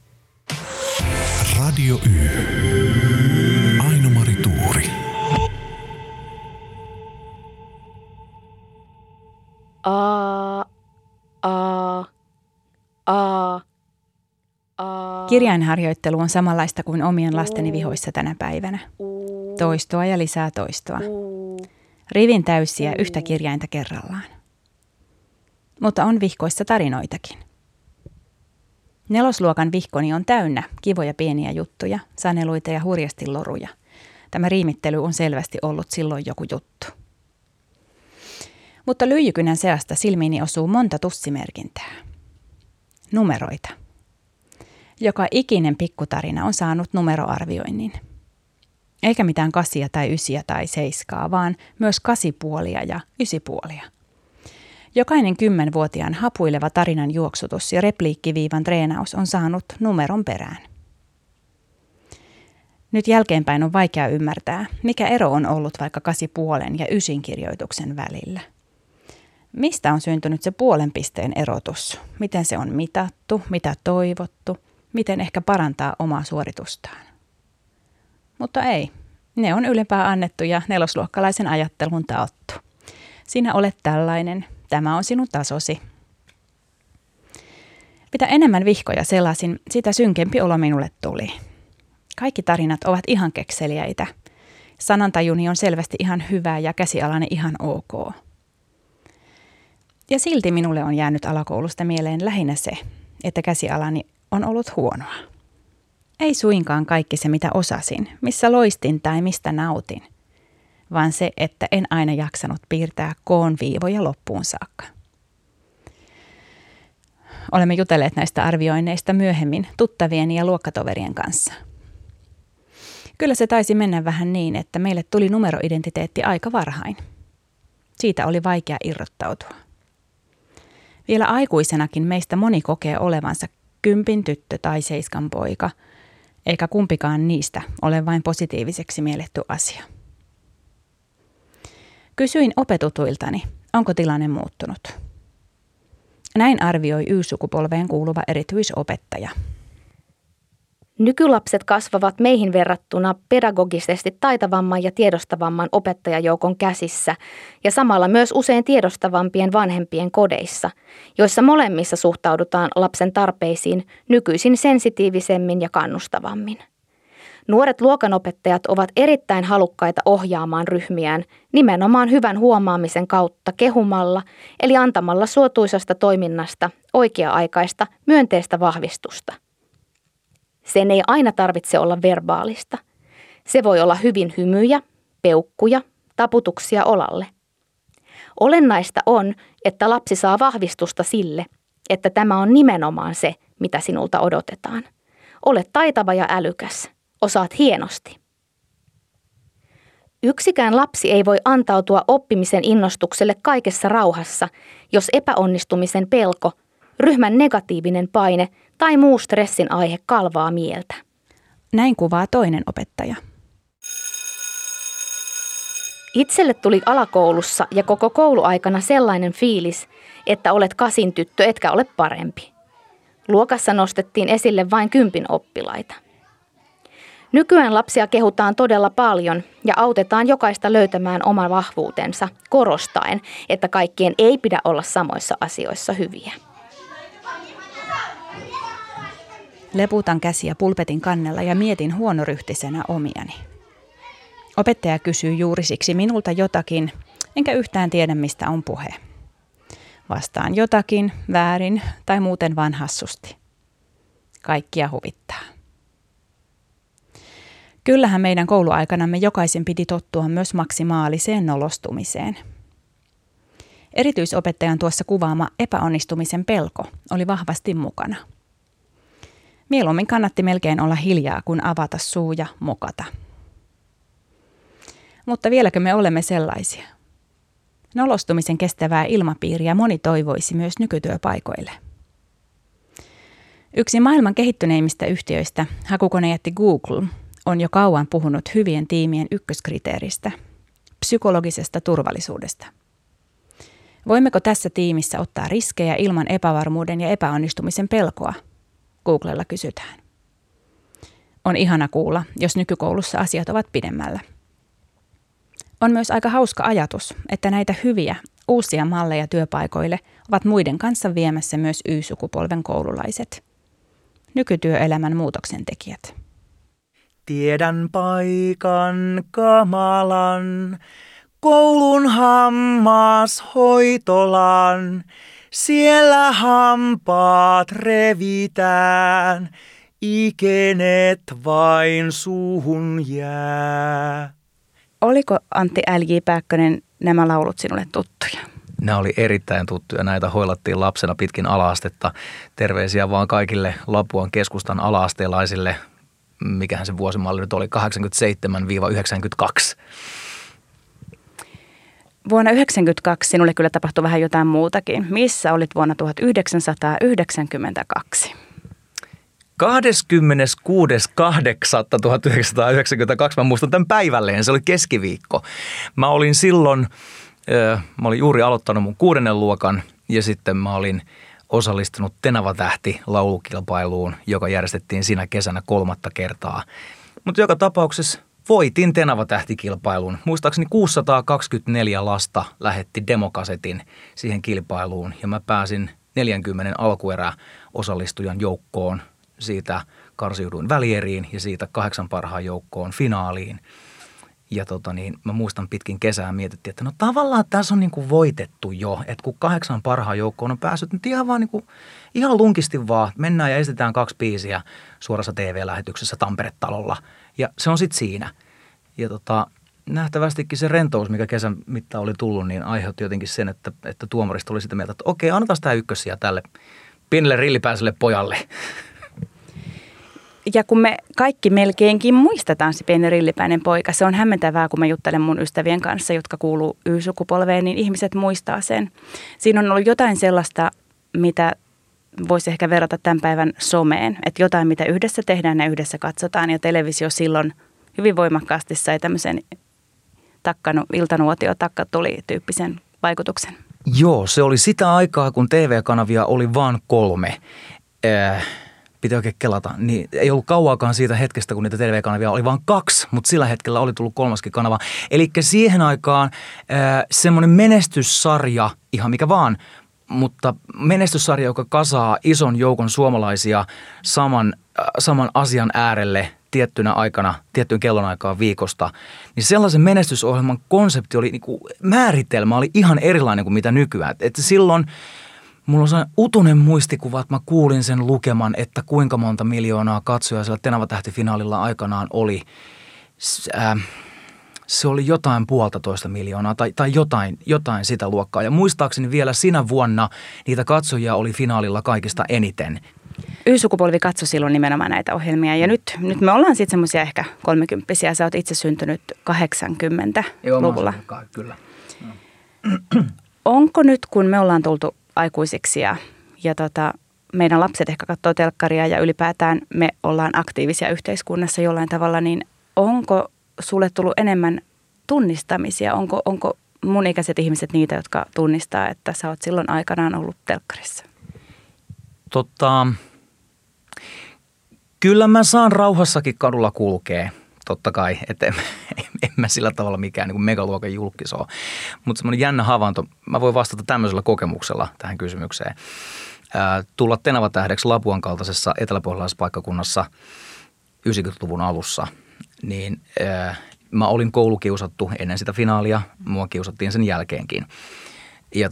Radio Y. Aino-Mari Tuuri. Kirjainharjoittelu on samanlaista kuin omien lasteni vihoissa tänä päivänä. Toistoa ja lisää toistoa. Rivin täysiä yhtä kirjainta kerrallaan. Mutta on vihkoissa tarinoitakin. 4. luokan vihkoni on täynnä kivoja pieniä juttuja, saneluita ja hurjasti loruja. Tämä riimittely on selvästi ollut silloin joku juttu. Mutta lyijykynän seasta silmiini osuu monta tussimerkintää. Numeroita. Joka ikinen pikkutarina on saanut numeroarvioinnin. Eikä mitään 8 tai 9 tai 7, vaan myös 8,5 ja 9,5. Jokainen 10-vuotiaan hapuileva tarinan juoksutus ja repliikkiviivan treenaus on saanut numeron perään. Nyt jälkeenpäin on vaikea ymmärtää, mikä ero on ollut vaikka 8,5 ja 9 kirjoituksen välillä. Mistä on syntynyt se 0,5 pisteen erotus? Miten se on mitattu, mitä toivottu, miten ehkä parantaa omaa suoritustaan? Mutta ei, ne on ylempää annettu ja nelosluokkalaisen ajattelun taottu. Sinä olet tällainen, tämä on sinun tasosi. Mitä enemmän vihkoja selasin, sitä synkempi olo minulle tuli. Kaikki tarinat ovat ihan kekseliäitä. Sanantajuni on selvästi ihan hyvä ja käsialani ihan ok. Ja silti minulle on jäänyt alakoulusta mieleen lähinnä se, että käsialani on ollut huonoa. Ei suinkaan kaikki se, mitä osasin, missä loistin tai mistä nautin, vaan se, että en aina jaksanut piirtää koon viivoja loppuun saakka. Olemme jutelleet näistä arvioinneista myöhemmin tuttavieni ja luokkatoverien kanssa. Kyllä se taisi mennä vähän niin, että meille tuli numeroidentiteetti aika varhain. Siitä oli vaikea irrottautua. Vielä aikuisenakin meistä moni kokee olevansa 10 tyttö tai 7 poika, eikä kumpikaan niistä ole vain positiiviseksi mielletty asia. Kysyin opetutuiltani, onko tilanne muuttunut. Näin arvioi Y-sukupolveen kuuluva erityisopettaja. Nykylapset kasvavat meihin verrattuna pedagogisesti taitavamman ja tiedostavamman opettajajoukon käsissä ja samalla myös usein tiedostavampien vanhempien kodeissa, joissa molemmissa suhtaudutaan lapsen tarpeisiin nykyisin sensitiivisemmin ja kannustavammin. Nuoret luokanopettajat ovat erittäin halukkaita ohjaamaan ryhmiään nimenomaan hyvän huomaamisen kautta kehumalla, eli antamalla suotuisasta toiminnasta oikea-aikaista myönteistä vahvistusta. Sen ei aina tarvitse olla verbaalista. Se voi olla hyvin hymyjä, peukkuja, taputuksia olalle. Olennaista on, että lapsi saa vahvistusta sille, että tämä on nimenomaan se, mitä sinulta odotetaan. Olet taitava ja älykäs. Osaat hienosti. Yksikään lapsi ei voi antautua oppimisen innostukselle kaikessa rauhassa, jos epäonnistumisen pelko, ryhmän negatiivinen paine tai muu stressin aihe kalvaa mieltä. Näin kuvaa toinen opettaja. Itselle tuli alakoulussa ja koko kouluaikana sellainen fiilis, että olet 8 tyttö etkä ole parempi. Luokassa nostettiin esille vain 10 oppilaita. Nykyään lapsia kehutaan todella paljon ja autetaan jokaista löytämään oma vahvuutensa, korostaen, että kaikkien ei pidä olla samoissa asioissa hyviä. Leputan käsiä pulpetin kannella ja mietin huonoryhtisenä omiani. Opettaja kysyy juuri siksi minulta jotakin, enkä yhtään tiedä mistä on puhe. Vastaan jotakin, väärin tai muuten vaan hassusti. Kaikkia huvittaa. Kyllähän meidän kouluaikanamme jokaisen piti tottua myös maksimaaliseen nolostumiseen. Erityisopettajan tuossa kuvaama epäonnistumisen pelko oli vahvasti mukana. Mieluummin kannatti melkein olla hiljaa kuin avata suu ja mokata. Mutta vieläkö me olemme sellaisia? Nolostumisen kestävää ilmapiiriä moni toivoisi myös nykytyöpaikoille. Yksi maailman kehittyneimmistä yhtiöistä, hakukonejätti Google, on jo kauan puhunut hyvien tiimien ykköskriteeristä, psykologisesta turvallisuudesta. Voimmeko tässä tiimissä ottaa riskejä ilman epävarmuuden ja epäonnistumisen pelkoa? Googlella kysytään. On ihana kuulla, jos nykykoulussa asiat ovat pidemmällä. On myös aika hauska ajatus, että näitä hyviä, uusia malleja työpaikoille ovat muiden kanssa viemässä myös Y-sukupolven koululaiset. Nykytyöelämän muutoksen tekijät. Tiedän paikan kamalan, koulun hammashoitolan. Siellä hampaat revitään, ikenet vain suuhun jää. Oliko Antti L.J. Pääkkönen nämä laulut sinulle tuttuja? Nämä oli erittäin tuttuja. Näitä hoilattiin lapsena pitkin ala-astetta. Terveisiä vaan kaikille Lapuan keskustan ala-asteelaisille. Mikähän se vuosimalli nyt oli, 87-92. Vuonna 1992 sinulle kyllä tapahtui vähän jotain muutakin. Missä olit vuonna 1992? 26.8.1992, mä muistan tämän päivälleen, se oli keskiviikko. Mä olin silloin, mä olin juuri aloittanut mun 6. luokan ja sitten mä olin osallistunut Tenava-tähti-laulukilpailuun, joka järjestettiin siinä kesänä 3. kertaa. Mutta joka tapauksessa voitin Tenava-tähtikilpailun. Muistaakseni 624 lasta lähetti demokasetin siihen kilpailuun ja mä pääsin 40 alkueräosallistujan joukkoon. Siitä karsiuduin välieriin ja siitä 8 parhaan joukkoon finaaliin. Ja mä muistan pitkin kesää mietittiin, että no tavallaan tässä on niinku voitettu jo, että kun 8 parhaan joukkoon on päässyt, nyt ihan vaan niinku, ihan lunkisti vaan mennään ja esitetään 2 biisiä suorassa TV-lähetyksessä Tampere-talolla. Ja se on sitten siinä. Ja nähtävästikin se rentous, mikä kesän mittaan oli tullut, niin aiheutti jotenkin sen, että tuomarista oli sitä mieltä, että okei, annetaan tämä ykkössiä tälle pienelle rillipäiselle pojalle. Ja kun me kaikki melkeinkin muistetaan se pieni rillipäinen poika, se on hämmentävää, kun mä juttelen mun ystävien kanssa, jotka kuuluu Y-sukupolveen, niin ihmiset muistaa sen. Siinä on ollut jotain sellaista, mitä voisi ehkä verrata tämän päivän someen, että jotain, mitä yhdessä tehdään ja yhdessä katsotaan, ja televisio silloin hyvin voimakkaasti sai tämmöisen iltanuotio, takka tuli tyyppisen vaikutuksen. Joo, se oli sitä aikaa, kun TV-kanavia oli vaan 3. Pitää oikein kelata, niin ei ollut kauaakaan siitä hetkestä, kun niitä TV-kanavia oli vain 2, mutta sillä hetkellä oli tullut 3. kanava. Eli siihen aikaan semmoinen menestyssarja, ihan mikä vaan, mutta menestyssarja, joka kasaa ison joukon suomalaisia saman asian äärelle tiettynä aikana, tiettyyn kellonaikaan viikosta, niin sellaisen menestysohjelman konsepti oli, niinku, määritelmä oli ihan erilainen kuin mitä nykyään. Että silloin mulla on sellainen utunen muistikuva, että mä kuulin sen lukeman, että kuinka monta miljoonaa katsojaa siellä Tenava-tähti-finaalilla aikanaan oli. Se oli jotain 1,5 miljoonaa tai jotain sitä luokkaa. Ja muistaakseni vielä sinä vuonna niitä katsojia oli finaalilla kaikista eniten. Y-sukupolvi katsoi silloin nimenomaan näitä ohjelmia ja nyt me ollaan sitten semmoisia ehkä 30-vuotiaita. Sä oot itse syntynyt 80-luvulla. Joo, kyllä. Onko nyt, kun me ollaan tultu aikuisiksi ja meidän lapset ehkä katsoo telkkaria ja ylipäätään me ollaan aktiivisia yhteiskunnassa jollain tavalla, niin onko sulle tullut enemmän tunnistamisia? Onko mun ikäiset ihmiset niitä, jotka tunnistaa, että sä oot silloin aikanaan ollut telkkarissa? Kyllä mä saan rauhassakin kadulla kulkea, totta kai, että en mä sillä tavalla mikään niin kuin megaluokan julkis ole. Mutta semmoinen jännä havainto, mä voin vastata tämmöisellä kokemuksella tähän kysymykseen. Tulla Tenava-tähdeksi Lapuan kaltaisessa eteläpohjalaispaikkakunnassa 90-luvun alussa, niin mä olin koulukiusattu ennen sitä finaalia, mua kiusattiin sen jälkeenkin. Ja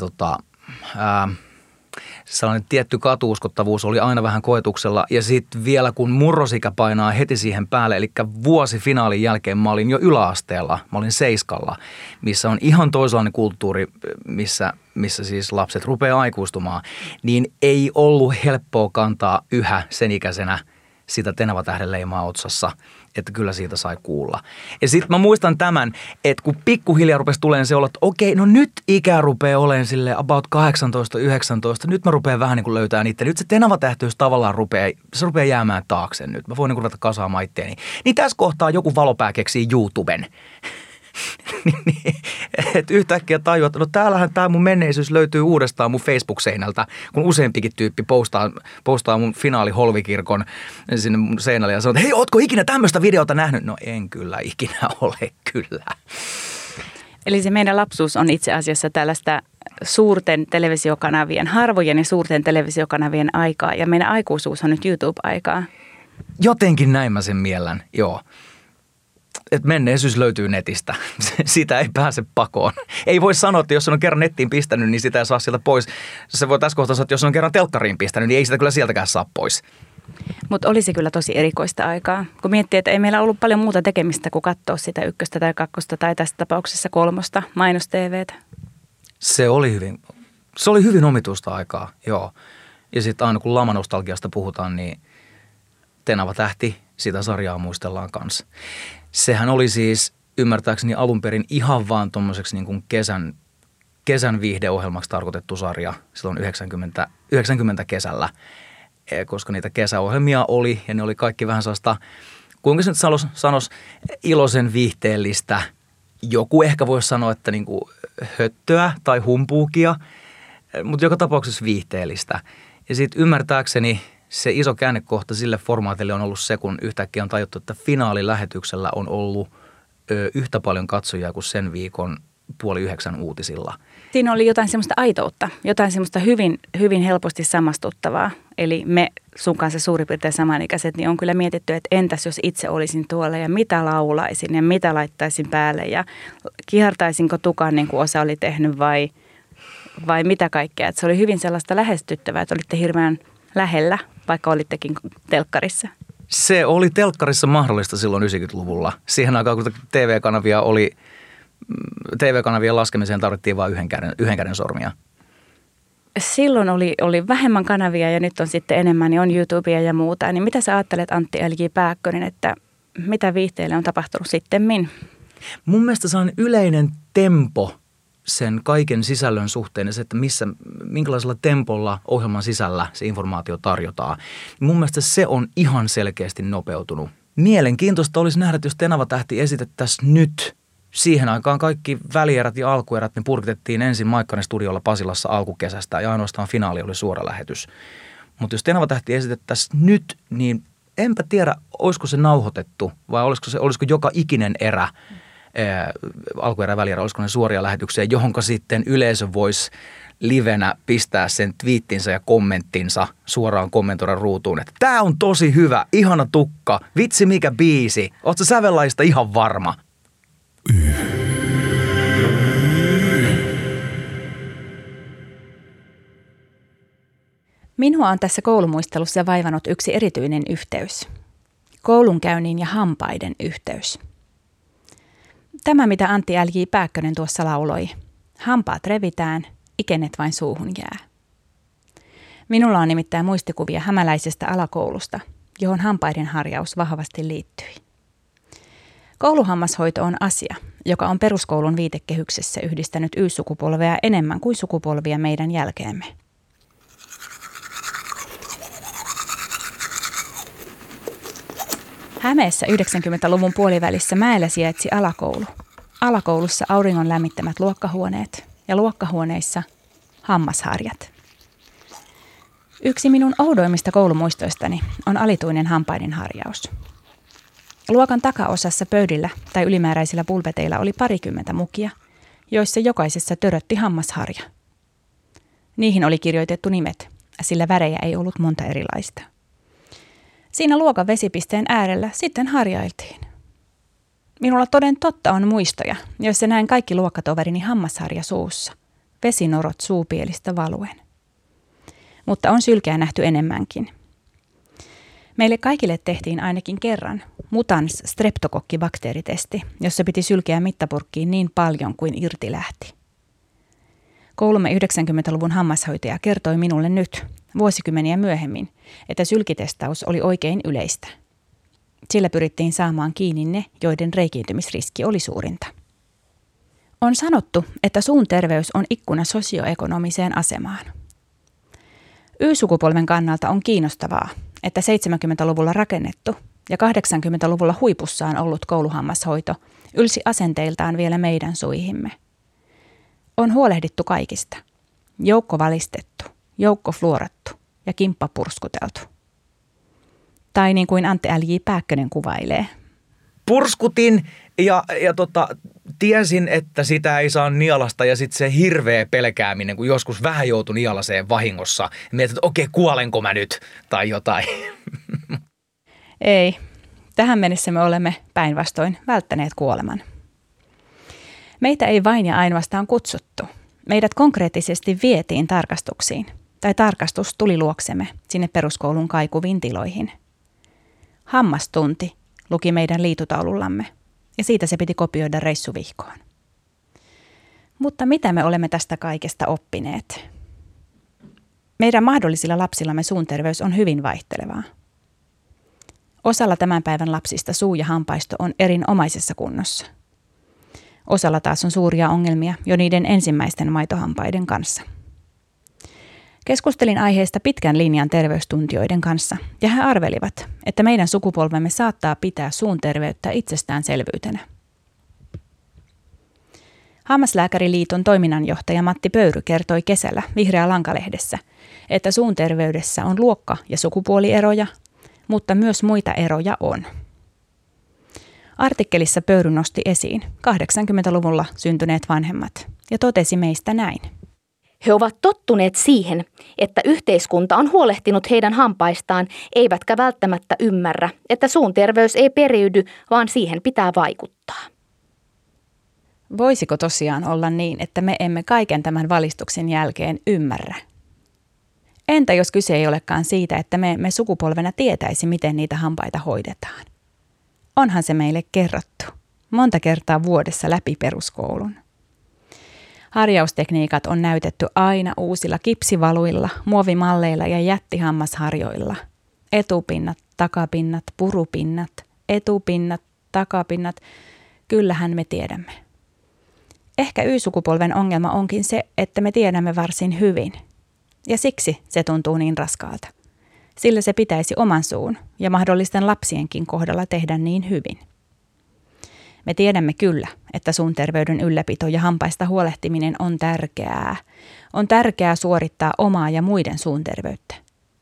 sellainen tietty katuuskottavuus oli aina vähän koetuksella ja sitten vielä kun murrosikä painaa heti siihen päälle, eli vuosi finaalin jälkeen mä olin jo yläasteella, mä olin 7, missä on ihan toisenlainen kulttuuri, missä siis lapset rupeaa aikuistumaan, niin ei ollut helppoa kantaa yhä sen ikäisenä sitä Tenava-tähden leimaa otsassa, että kyllä siitä sai kuulla. Ja sitten mä muistan tämän, että kun pikkuhiljaa rupesi tulemaan se olla, että okei, no nyt ikä rupeaa olemaan silleen about 18-19, nyt mä rupean vähän niin kuin löytämään itse. Nyt se Tenava-tähtöys tavallaan rupeaa jäämään taakse nyt. Mä voin niin kuin ruveta kasaamaan itteeni. Niin tässä kohtaa joku valopää keksii YouTuben. Että yhtäkkiä tajua, että no täällähän tämä mun menneisyys löytyy uudestaan mun Facebook-seinältä, kun useampikin tyyppi postaa mun finaaliholvikirkon sinne mun seinälle ja sanoo, että hei, ootko ikinä tämmöistä videota nähnyt? No en kyllä ikinä ole, kyllä. Eli se meidän lapsuus on itse asiassa tällaista suurten televisiokanavien, harvojen ja suurten televisiokanavien aikaa ja meidän aikuisuus on nyt YouTube-aikaa. Jotenkin näin mä sen miellän, joo. Että menneisyys löytyy netistä. Sitä ei pääse pakoon. Ei voi sanoa, että jos on kerran nettiin pistänyt, niin sitä ei saa sieltä pois. Se voi tässä kohtaa sanoa, että jos on kerran telkkariin pistänyt, niin ei sitä kyllä sieltäkään saa pois. Mutta oli se kyllä tosi erikoista aikaa. Kun miettii, että ei meillä ollut paljon muuta tekemistä kuin katsoa sitä 1 tai 2 tai tässä tapauksessa 3 mainos-TVtä. Se oli hyvin omituista aikaa, joo. Ja sitten aina kun lamanostalgiasta puhutaan, niin Tenava tähti, sitä sarjaa muistellaan kanssa. Sehän oli siis ymmärtääkseni alun perin ihan vaan tommoseksi niin kuin kesän viihdeohjelmaksi tarkoitettu sarja silloin 90 kesällä, koska niitä kesäohjelmia oli ja ne oli kaikki vähän sellaista, kuinka se nyt sanoisi, iloisen viihteellistä. Joku ehkä voisi sanoa, että niin kuin höttöä tai humpuukia, mutta joka tapauksessa viihteellistä. Ja sitten ymmärtääkseni se iso käännekohta sille formaatille on ollut se, kun yhtäkkiä on tajuttu, että finaalilähetyksellä on ollut yhtä paljon katsojia kuin sen viikon 8:30 uutisilla. Siinä oli jotain semmoista aitoutta, jotain semmoista hyvin, hyvin helposti samastuttavaa. Eli me sun kanssa suurin piirtein samanikäiset, niin on kyllä mietitty, että entäs jos itse olisin tuolla ja mitä laulaisin ja mitä laittaisin päälle ja kihartaisinko tukan niin kuin osa oli tehnyt vai mitä kaikkea. Että se oli hyvin sellaista lähestyttävää, että olitte hirveän lähellä, vaikka olittekin telkkarissa. Se oli telkkarissa mahdollista silloin 90-luvulla. Siihen aikaan, kun TV-kanavien laskemiseen tarvittiin vain yhden käden sormia. Silloin oli vähemmän kanavia ja nyt on sitten enemmän, niin on YouTubea ja muuta. Niin mitä sä ajattelet, Antti L.J. Pääkkönen, että mitä viihteelle on tapahtunut sittemmin? Mun mielestä se on yleinen tempo sen kaiken sisällön suhteen ja se, että minkälaisella tempolla ohjelman sisällä se informaatio tarjotaan. Mun mielestä se on ihan selkeästi nopeutunut. Mielenkiintoista olisi nähdä, jos Tenava tähti esitettäisiin nyt. Siihen aikaan kaikki välierät ja alkuerät ne purkitettiin ensin Maikkanen studiolla Pasilassa alkukesästä ja ainoastaan finaali oli suora lähetys. Mutta jos Tenava tähti esitettäisiin nyt, niin enpä tiedä, olisiko se nauhoitettu vai olisiko joka ikinen erä, alkuerä, välierä, olisiko ne suoria lähetyksiä, johonka sitten yleisö voisi livenä pistää sen twiittinsä ja kommenttinsa suoraan kommentoida ruutuun, että tää on tosi hyvä, ihana tukka, vitsi mikä biisi, oot sä sävellaista ihan varma? Minua on tässä koulumuistelussa vaivannut yksi erityinen yhteys. Koulunkäynnin ja hampaiden yhteys. Tämä, mitä Antti L.J. Pääkkönen tuossa lauloi. Hampaat revitään, ikenet vain suuhun jää. Minulla on nimittäin muistikuvia hämäläisestä alakoulusta, johon hampaiden harjaus vahvasti liittyi. Kouluhammashoito on asia, joka on peruskoulun viitekehyksessä yhdistänyt Y-sukupolvea enemmän kuin sukupolvia meidän jälkeemme. Hämeessä 90-luvun puolivälissä mäellä sijaitsi alakoulu. Alakoulussa auringon lämmittämät luokkahuoneet ja luokkahuoneissa hammasharjat. Yksi minun oudoimmista koulumuistoistani on alituinen hampaiden harjaus. Luokan takaosassa pöydillä tai ylimääräisillä pulpeteilla oli 20 mukia, joissa jokaisessa törötti hammasharja. Niihin oli kirjoitettu nimet, sillä värejä ei ollut monta erilaista. Siinä luokan vesipisteen äärellä sitten harjailtiin. Minulla toden totta on muistoja, joissa näin kaikki luokkatoverini hammasharja suussa, vesinorot suupielistä valuen. Mutta on sylkeä nähty enemmänkin. Meille kaikille tehtiin ainakin kerran mutans streptokokkibakteeritesti, jossa piti sylkeä mittapurkkiin niin paljon kuin irti lähti. Koulumme 90-luvun hammashoitaja kertoi minulle nyt, vuosikymmeniä myöhemmin, että sylkitestaus oli oikein yleistä. Sillä pyrittiin saamaan kiinni ne, joiden reikiintymisriski oli suurinta. On sanottu, että suun terveys on ikkuna sosioekonomiseen asemaan. Y-sukupolven kannalta on kiinnostavaa, että 70-luvulla rakennettu ja 80-luvulla huipussaan ollut kouluhammashoito ylsi asenteiltaan vielä meidän suihimme. On huolehdittu kaikista. Joukko valistettu, joukko fluorattu ja kimppa purskuteltu. Tai niin kuin Antti L.J. Pääkkönen kuvailee. Purskutin ja tiesin, että sitä ei saa nialasta ja sitten se hirveä pelkääminen, kun joskus vähän joutui nialaseen vahingossa. Mietin, että okei, kuolenko mä nyt tai jotain. Ei. Tähän mennessä me olemme päinvastoin välttäneet kuoleman. Meitä ei vain ja ainoastaan kutsuttu. Meidät konkreettisesti vietiin tarkastuksiin. Tai tarkastus tuli luoksemme sinne peruskoulun kaikuviin tiloihin. Hammastunti luki meidän liitutaulullamme ja siitä se piti kopioida reissuvihkoon. Mutta mitä me olemme tästä kaikesta oppineet? Meidän mahdollisilla lapsillamme suun terveys on hyvin vaihtelevaa. Osalla tämän päivän lapsista suu- ja hampaisto on erinomaisessa kunnossa. Osalla taas on suuria ongelmia jo niiden ensimmäisten maitohampaiden kanssa. Keskustelin aiheesta pitkän linjan terveystuntijoiden kanssa ja he arvelivat, että meidän sukupolvemme saattaa pitää suun terveyttä itsestäänselvyytenä. Hammaslääkäriliiton toiminnanjohtaja Matti Pöyry kertoi kesällä Vihreä Lanka-lehdessä, että suun terveydessä on luokka- ja sukupuolieroja, mutta myös muita eroja on. Artikkelissa Pöyry nosti esiin 80-luvulla syntyneet vanhemmat ja totesi meistä näin. He ovat tottuneet siihen, että yhteiskunta on huolehtinut heidän hampaistaan, eivätkä välttämättä ymmärrä, että suun terveys ei periydy, vaan siihen pitää vaikuttaa. Voisiko tosiaan olla niin, että me emme kaiken tämän valistuksen jälkeen ymmärrä? Entä jos kyse ei olekaan siitä, että me sukupolvena tietäisi, miten niitä hampaita hoidetaan? Onhan se meille kerrottu monta kertaa vuodessa läpi peruskoulun. Harjaustekniikat on näytetty aina uusilla kipsivaluilla, muovimalleilla ja jättihammasharjoilla. Etupinnat, takapinnat, purupinnat, etupinnat, takapinnat. Kyllähän me tiedämme. Ehkä Y-sukupolven ongelma onkin se, että me tiedämme varsin hyvin. Ja siksi se tuntuu niin raskaalta. Sillä se pitäisi oman suun ja mahdollisten lapsienkin kohdalla tehdä niin hyvin. Me tiedämme kyllä, että suun terveyden ylläpito ja hampaista huolehtiminen on tärkeää. On tärkeää suorittaa omaa ja muiden suun terveyttä.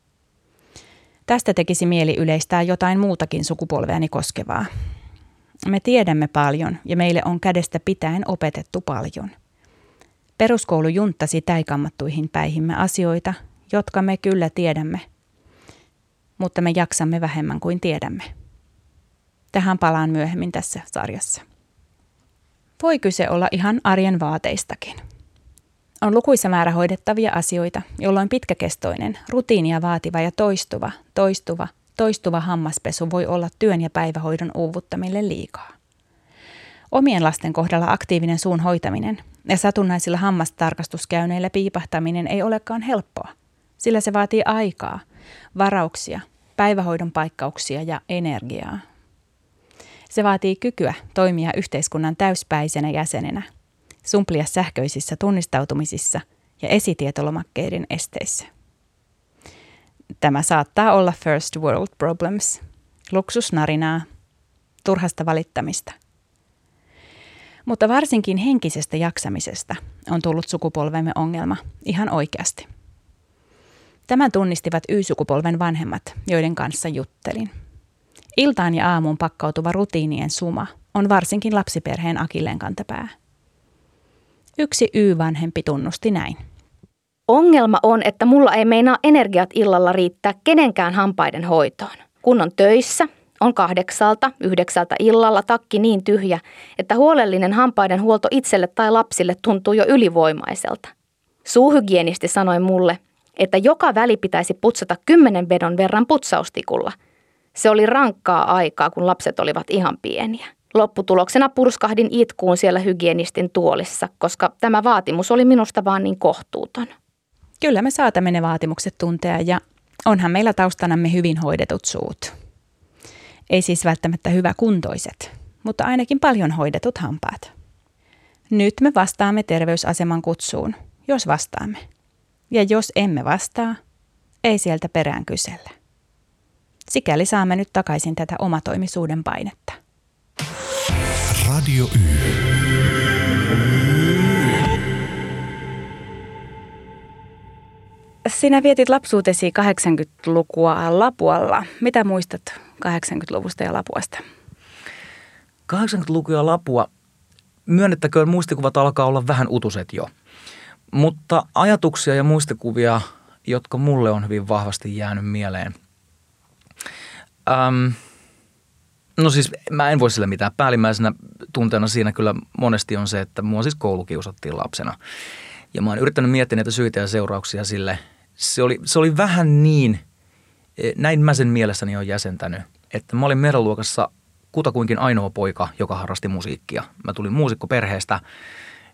Tästä tekisi mieli yleistää jotain muutakin sukupolveani koskevaa. Me tiedämme paljon ja meille on kädestä pitäen opetettu paljon. Peruskoulu junttasi täikammattuihin päihimme asioita, jotka me kyllä tiedämme, mutta me jaksamme vähemmän kuin tiedämme. Tähän palaan myöhemmin tässä sarjassa. Voi kyse olla ihan arjen vaateistakin. On lukuisa määrä hoidettavia asioita, jolloin pitkäkestoinen, rutiinia vaativa ja toistuva hammaspesu voi olla työn ja päivähoidon uuvuttamille liikaa. Omien lasten kohdalla aktiivinen suun hoitaminen ja satunnaisilla hammastarkastuskäynneillä piipahtaminen ei olekaan helppoa, sillä se vaatii aikaa, varauksia, päivähoidon paikkauksia ja energiaa. Se vaatii kykyä toimia yhteiskunnan täyspäisenä jäsenenä, sumplia sähköisissä tunnistautumisissa ja esitietolomakkeiden esteissä. Tämä saattaa olla first world problems, luksusnarinaa, turhasta valittamista. Mutta varsinkin henkisestä jaksamisesta on tullut sukupolvemme ongelma ihan oikeasti. Tämän tunnistivat Y-sukupolven vanhemmat, joiden kanssa juttelin. Iltaan ja aamuun pakkautuva rutiinien suma on varsinkin lapsiperheen akilleenkantapää. Yksi Y-vanhempi tunnusti näin. Ongelma on, että mulla ei meinaa energiat illalla riittää kenenkään hampaiden hoitoon. Kun on töissä, on 8-9 illalla takki niin tyhjä, että huolellinen hampaiden huolto itselle tai lapsille tuntuu jo ylivoimaiselta. Suuhygienisti sanoi mulle, että joka väli pitäisi putsata 10 vedon verran putsaustikulla. Se oli rankkaa aikaa, kun lapset olivat ihan pieniä. Lopputuloksena purskahdin itkuun siellä hygienistin tuolissa, koska tämä vaatimus oli minusta vaan niin kohtuuton. Kyllä me saatamme ne vaatimukset tuntea ja onhan meillä taustanamme hyvin hoidetut suut. Ei siis välttämättä hyväkuntoiset, mutta ainakin paljon hoidetut hampaat. Nyt me vastaamme terveysaseman kutsuun, jos vastaamme. Ja jos emme vastaa, ei sieltä perään kysellä. Sikäli saamme nyt takaisin tätä omatoimisuuden painetta. Radio Y. Sinä vietit lapsuutesi 80-lukua Lapualla. Mitä muistat 80-luvusta ja Lapuasta? 80-luku ja Lapua, myönnettäköön muistikuvat alkaa olla vähän utuset jo. Mutta ajatuksia ja muistikuvia, jotka mulle on hyvin vahvasti jäänyt mieleen. No siis mä en voi sille mitään. Päällimmäisenä tunteena siinä kyllä monesti on se, että mua siis koulukiusattiin lapsena. Ja mä oon yrittänyt miettiä näitä syitä ja seurauksia sille. Se oli vähän niin, näin mä sen mielessäni olen jäsentänyt, että mä olin merenluokassa kutakuinkin ainoa poika, joka harrasti musiikkia. Mä tulin muusikkoperheestä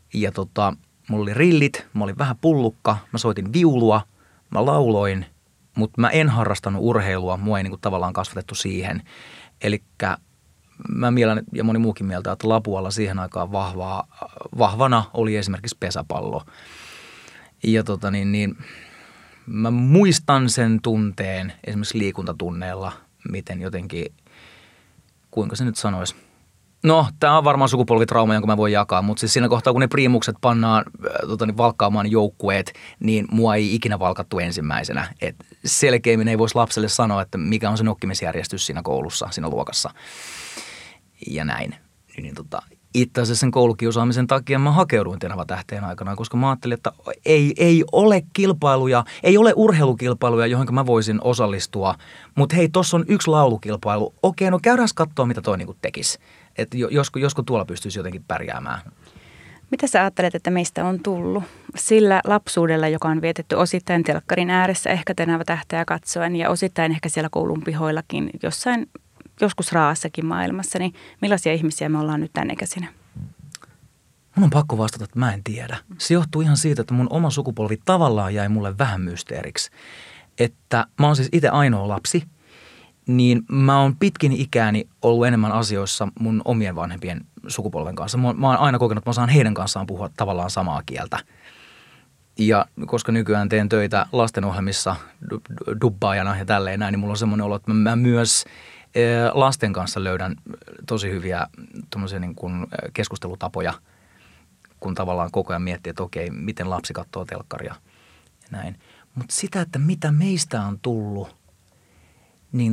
Ja mulla oli rillit, mä olin vähän pullukka, mä soitin viulua, mä lauloin, mutta mä en harrastanut urheilua, mua ei niin kuin tavallaan kasvatettu siihen. Elikkä mä mielen ja moni muukin mieltä, että Lapualla siihen aikaan vahvana oli esimerkiksi pesäpallo. Ja mä muistan sen tunteen esimerkiksi liikuntatunneilla, miten jotenkin, kuinka se nyt sanoisi. No, tämä on varmaan sukupolvitrauma, jonka mä voin jakaa, mutta siis siinä kohtaa, kun ne priimukset pannaan valkkaamaan joukkueet, niin mua ei ikinä valkattu ensimmäisenä. Et selkeimmin ei voisi lapselle sanoa, että mikä on se nokkimisjärjestys siinä koulussa, siinä luokassa ja näin. Itse asiassa sen koulukiusaamisen takia mä hakeuduin Tenava-tähteen aikana, koska mä ajattelin, että ei ole kilpailuja, ei ole urheilukilpailuja, johon mä voisin osallistua, mutta hei, tossa on yksi laulukilpailu. Okei, no käydään katsoa, mitä toi niinku tekisi. Että josko tuolla pystyisi jotenkin pärjäämään. Mitä sä ajattelet, että meistä on tullut? Sillä lapsuudella, joka on vietetty osittain telkkarin ääressä, ehkä Tenava-tähteä katsoen ja osittain ehkä siellä koulun pihoillakin, joskus raassakin maailmassa, niin millaisia ihmisiä me ollaan nyt tänne ikäisinä? Mun on pakko vastata, että mä en tiedä. Se johtuu ihan siitä, että mun oma sukupolvi tavallaan jäi mulle vähän mysteeriksi. Että mä oon siis itse ainoa lapsi, niin mä oon pitkin ikääni ollut enemmän asioissa mun omien vanhempien sukupolven kanssa. Mä oon aina kokenut, että mä saan heidän kanssaan puhua tavallaan samaa kieltä. Ja koska nykyään teen töitä lastenohjelmissa dubbaajana ja tälleen näin, niin mulla on semmoinen olo, että mä myös lasten kanssa löydän tosi hyviä tommosia niin kuin keskustelutapoja, kun tavallaan koko ajan miettii, että okei, miten lapsi katsoo telkkaria ja näin. Mutta sitä, että mitä meistä on tullut, niin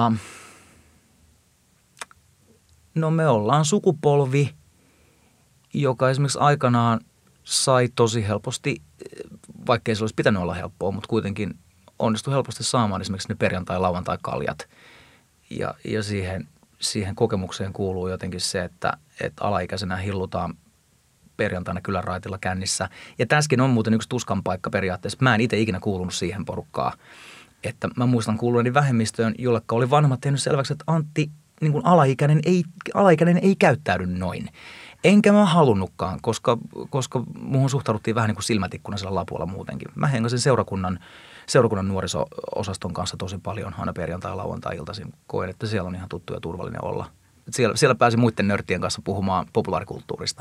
no me ollaan sukupolvi, joka esimerkiksi aikanaan sai tosi helposti, vaikkei se olisi pitänyt olla helppoa, mutta kuitenkin onnistui helposti saamaan esimerkiksi ne perjantai-lauantai-kaljat. Ja siihen kokemukseen kuuluu jotenkin se, että alaikäisenä hillutaan perjantaina kylän raitilla kännissä. Ja tässäkin on muuten yksi tuskan paikka periaatteessa. Mä en itse ikinä kuulunut siihen porukkaan. Että mä muistan kuuluneeni vähemmistöön, jollekka oli vanhemmat tehnyt selväksi, että Antti, niin kuin alaikäinen ei käyttäydy noin. Enkä mä halunnutkaan, koska muuhun suhtauduttiin vähän niin kuin silmätikkuna siellä Lapualla muutenkin. Mä hengasin seurakunnan nuoriso-osaston kanssa tosi paljon aina perjantai- ja lauantai-iltaisin. Koen, että siellä on ihan tuttu ja turvallinen olla. Siellä pääsi muiden nörttien kanssa puhumaan populaarikulttuurista.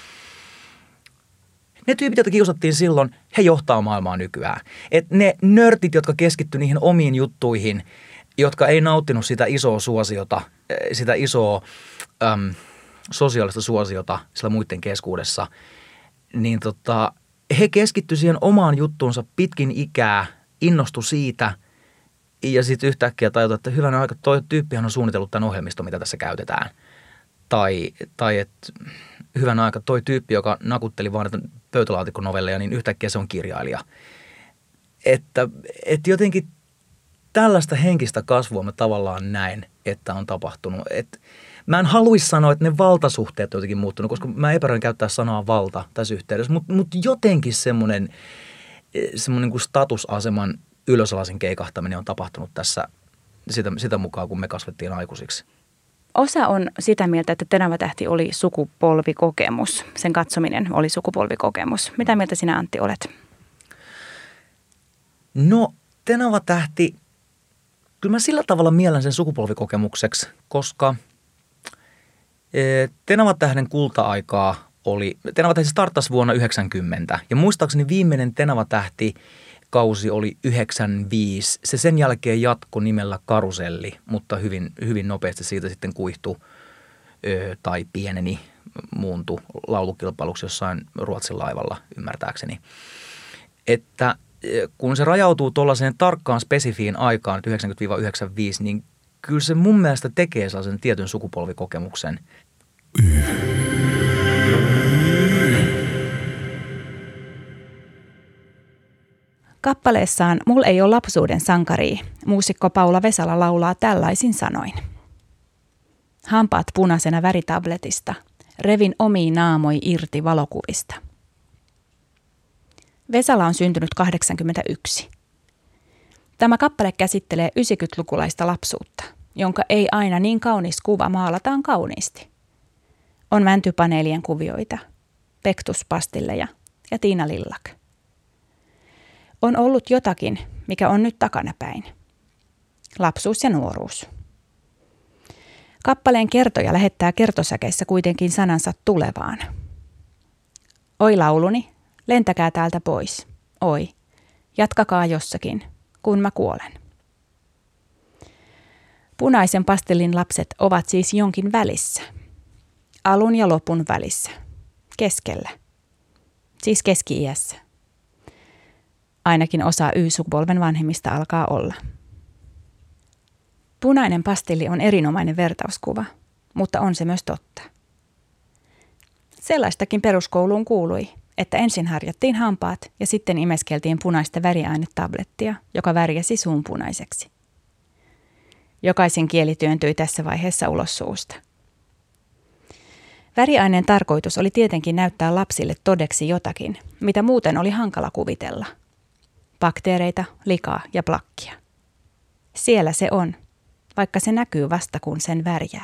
Ne tyypit, joita kiusattiin silloin, he johtaa maailmaa nykyään. Et ne nörtit, jotka keskittyivät niihin omiin juttuihin, jotka ei nauttinut sitä isoa suosiota, sitä isoa sosiaalista suosiota sillä muiden keskuudessa, niin he keskittyivät siihen omaan juttuunsa pitkin ikää, innostui siitä ja sitten yhtäkkiä tajuta, että hyvänä aika, toi tyyppihän on suunnitellut tämän ohjelmiston, mitä tässä käytetään. Tai että hyvänä aika, toi tyyppi, joka nakutteli vaan pöytälaatikkonovelleja, niin yhtäkkiä se on kirjailija. Että jotenkin tällaista henkistä kasvua mä tavallaan näen, että on tapahtunut. Mä en haluaisi sanoa, että ne valtasuhteet on jotenkin muuttunut, koska mä epäröin käyttää sanaa valta tässä yhteydessä, mutta jotenkin semmoinen kuin statusaseman ylösalaisen keikahtaminen on tapahtunut tässä sitä mukaan, kun me kasvettiin aikuisiksi. Osa on sitä mieltä, että Tenava-tähti oli sukupolvikokemus. Sen katsominen oli sukupolvikokemus. Mitä mieltä sinä, Antti, olet? No, Tenava-tähti, kyllä mä sillä tavalla mielen sen sukupolvikokemukseksi, koska Tenava-tähden kulta-aikaa oli, Tenava-tähti starttasi vuonna 1990 ja muistaakseni viimeinen Tenava-tähti kausi oli 95. Se sen jälkeen jatkoi nimellä Karuselli, mutta hyvin, hyvin nopeasti siitä sitten kuihtui tai pieneni, muuntui laulukilpailuksi jossain Ruotsin laivalla ymmärtääkseni. Että kun se rajautuu tuollaiseen tarkkaan spesifiin aikaan, 90-95, niin kyllä se mun mielestä tekee sellaisen tietyn sukupolvikokemuksen. Kappaleessaan Mul ei ole lapsuuden sankari, muusikko Paula Vesala laulaa tällaisin sanoin. Hampaat punaisena väritabletista, revin omiin naamoi irti valokuvista. Vesala on syntynyt 81. Tämä kappale käsittelee 90-lukulaista lapsuutta, jonka ei aina niin kaunis kuva maalataan kauniisti. On mäntypaneelien kuvioita, pektuspastilleja ja Tiina Lillak. On ollut jotakin, mikä on nyt takanapäin. Lapsuus ja nuoruus. Kappaleen kertoja lähettää kertosäkeissä kuitenkin sanansa tulevaan. Oi lauluni, lentäkää täältä pois. Oi, jatkakaa jossakin, kun mä kuolen. Punaisen pastillin lapset ovat siis jonkin välissä. Alun ja lopun välissä. Keskellä. Siis keski-iässä. Ainakin osa Y-sukupolven vanhemmista alkaa olla. Punainen pastilli on erinomainen vertauskuva, mutta on se myös totta. Sellaistakin peruskouluun kuului, että ensin harjattiin hampaat ja sitten imeskeltiin punaista väriainetablettia, joka värjäsi suun punaiseksi. Jokaisen kieli työntyi tässä vaiheessa ulos suusta. Väriaineen tarkoitus oli tietenkin näyttää lapsille todeksi jotakin, mitä muuten oli hankala kuvitella. Bakteereita, likaa ja plakkia. Siellä se on, vaikka se näkyy vasta kun sen värjää.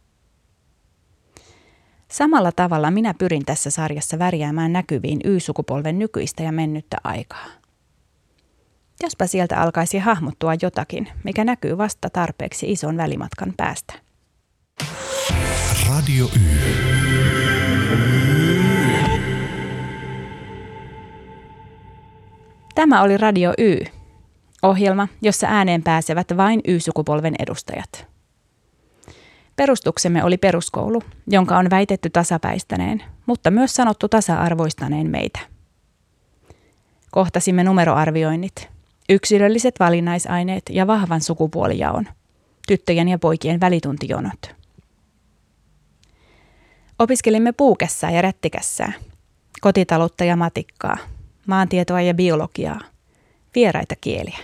Samalla tavalla minä pyrin tässä sarjassa värjäämään näkyviin Y-sukupolven nykyistä ja mennyttä aikaa. Jospa sieltä alkaisi hahmottua jotakin, mikä näkyy vasta tarpeeksi ison välimatkan päästä. Radio Y. Tämä oli Radio Y, ohjelma, jossa ääneen pääsevät vain Y-sukupolven edustajat. Perustuksemme oli peruskoulu, jonka on väitetty tasapäistäneen, mutta myös sanottu tasa-arvoistaneen meitä. Kohtasimme numeroarvioinnit, yksilölliset valinnaisaineet ja vahvan sukupuolijaon, tyttöjen ja poikien välituntijonot. Opiskelimme puukässää ja rättikässää, kotitaloutta ja matikkaa, maantietoa ja biologiaa, vieraita kieliä.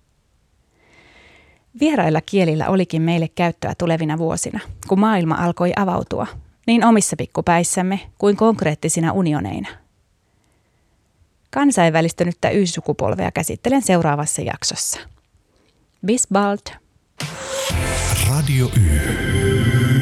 Vierailla kielillä olikin meille käyttöä tulevina vuosina, kun maailma alkoi avautua, niin omissa pikkupäissämme kuin konkreettisina unioneina. Kansainvälistynyttä Y-sukupolvea käsittelen seuraavassa jaksossa. Bis bald! Radio Y.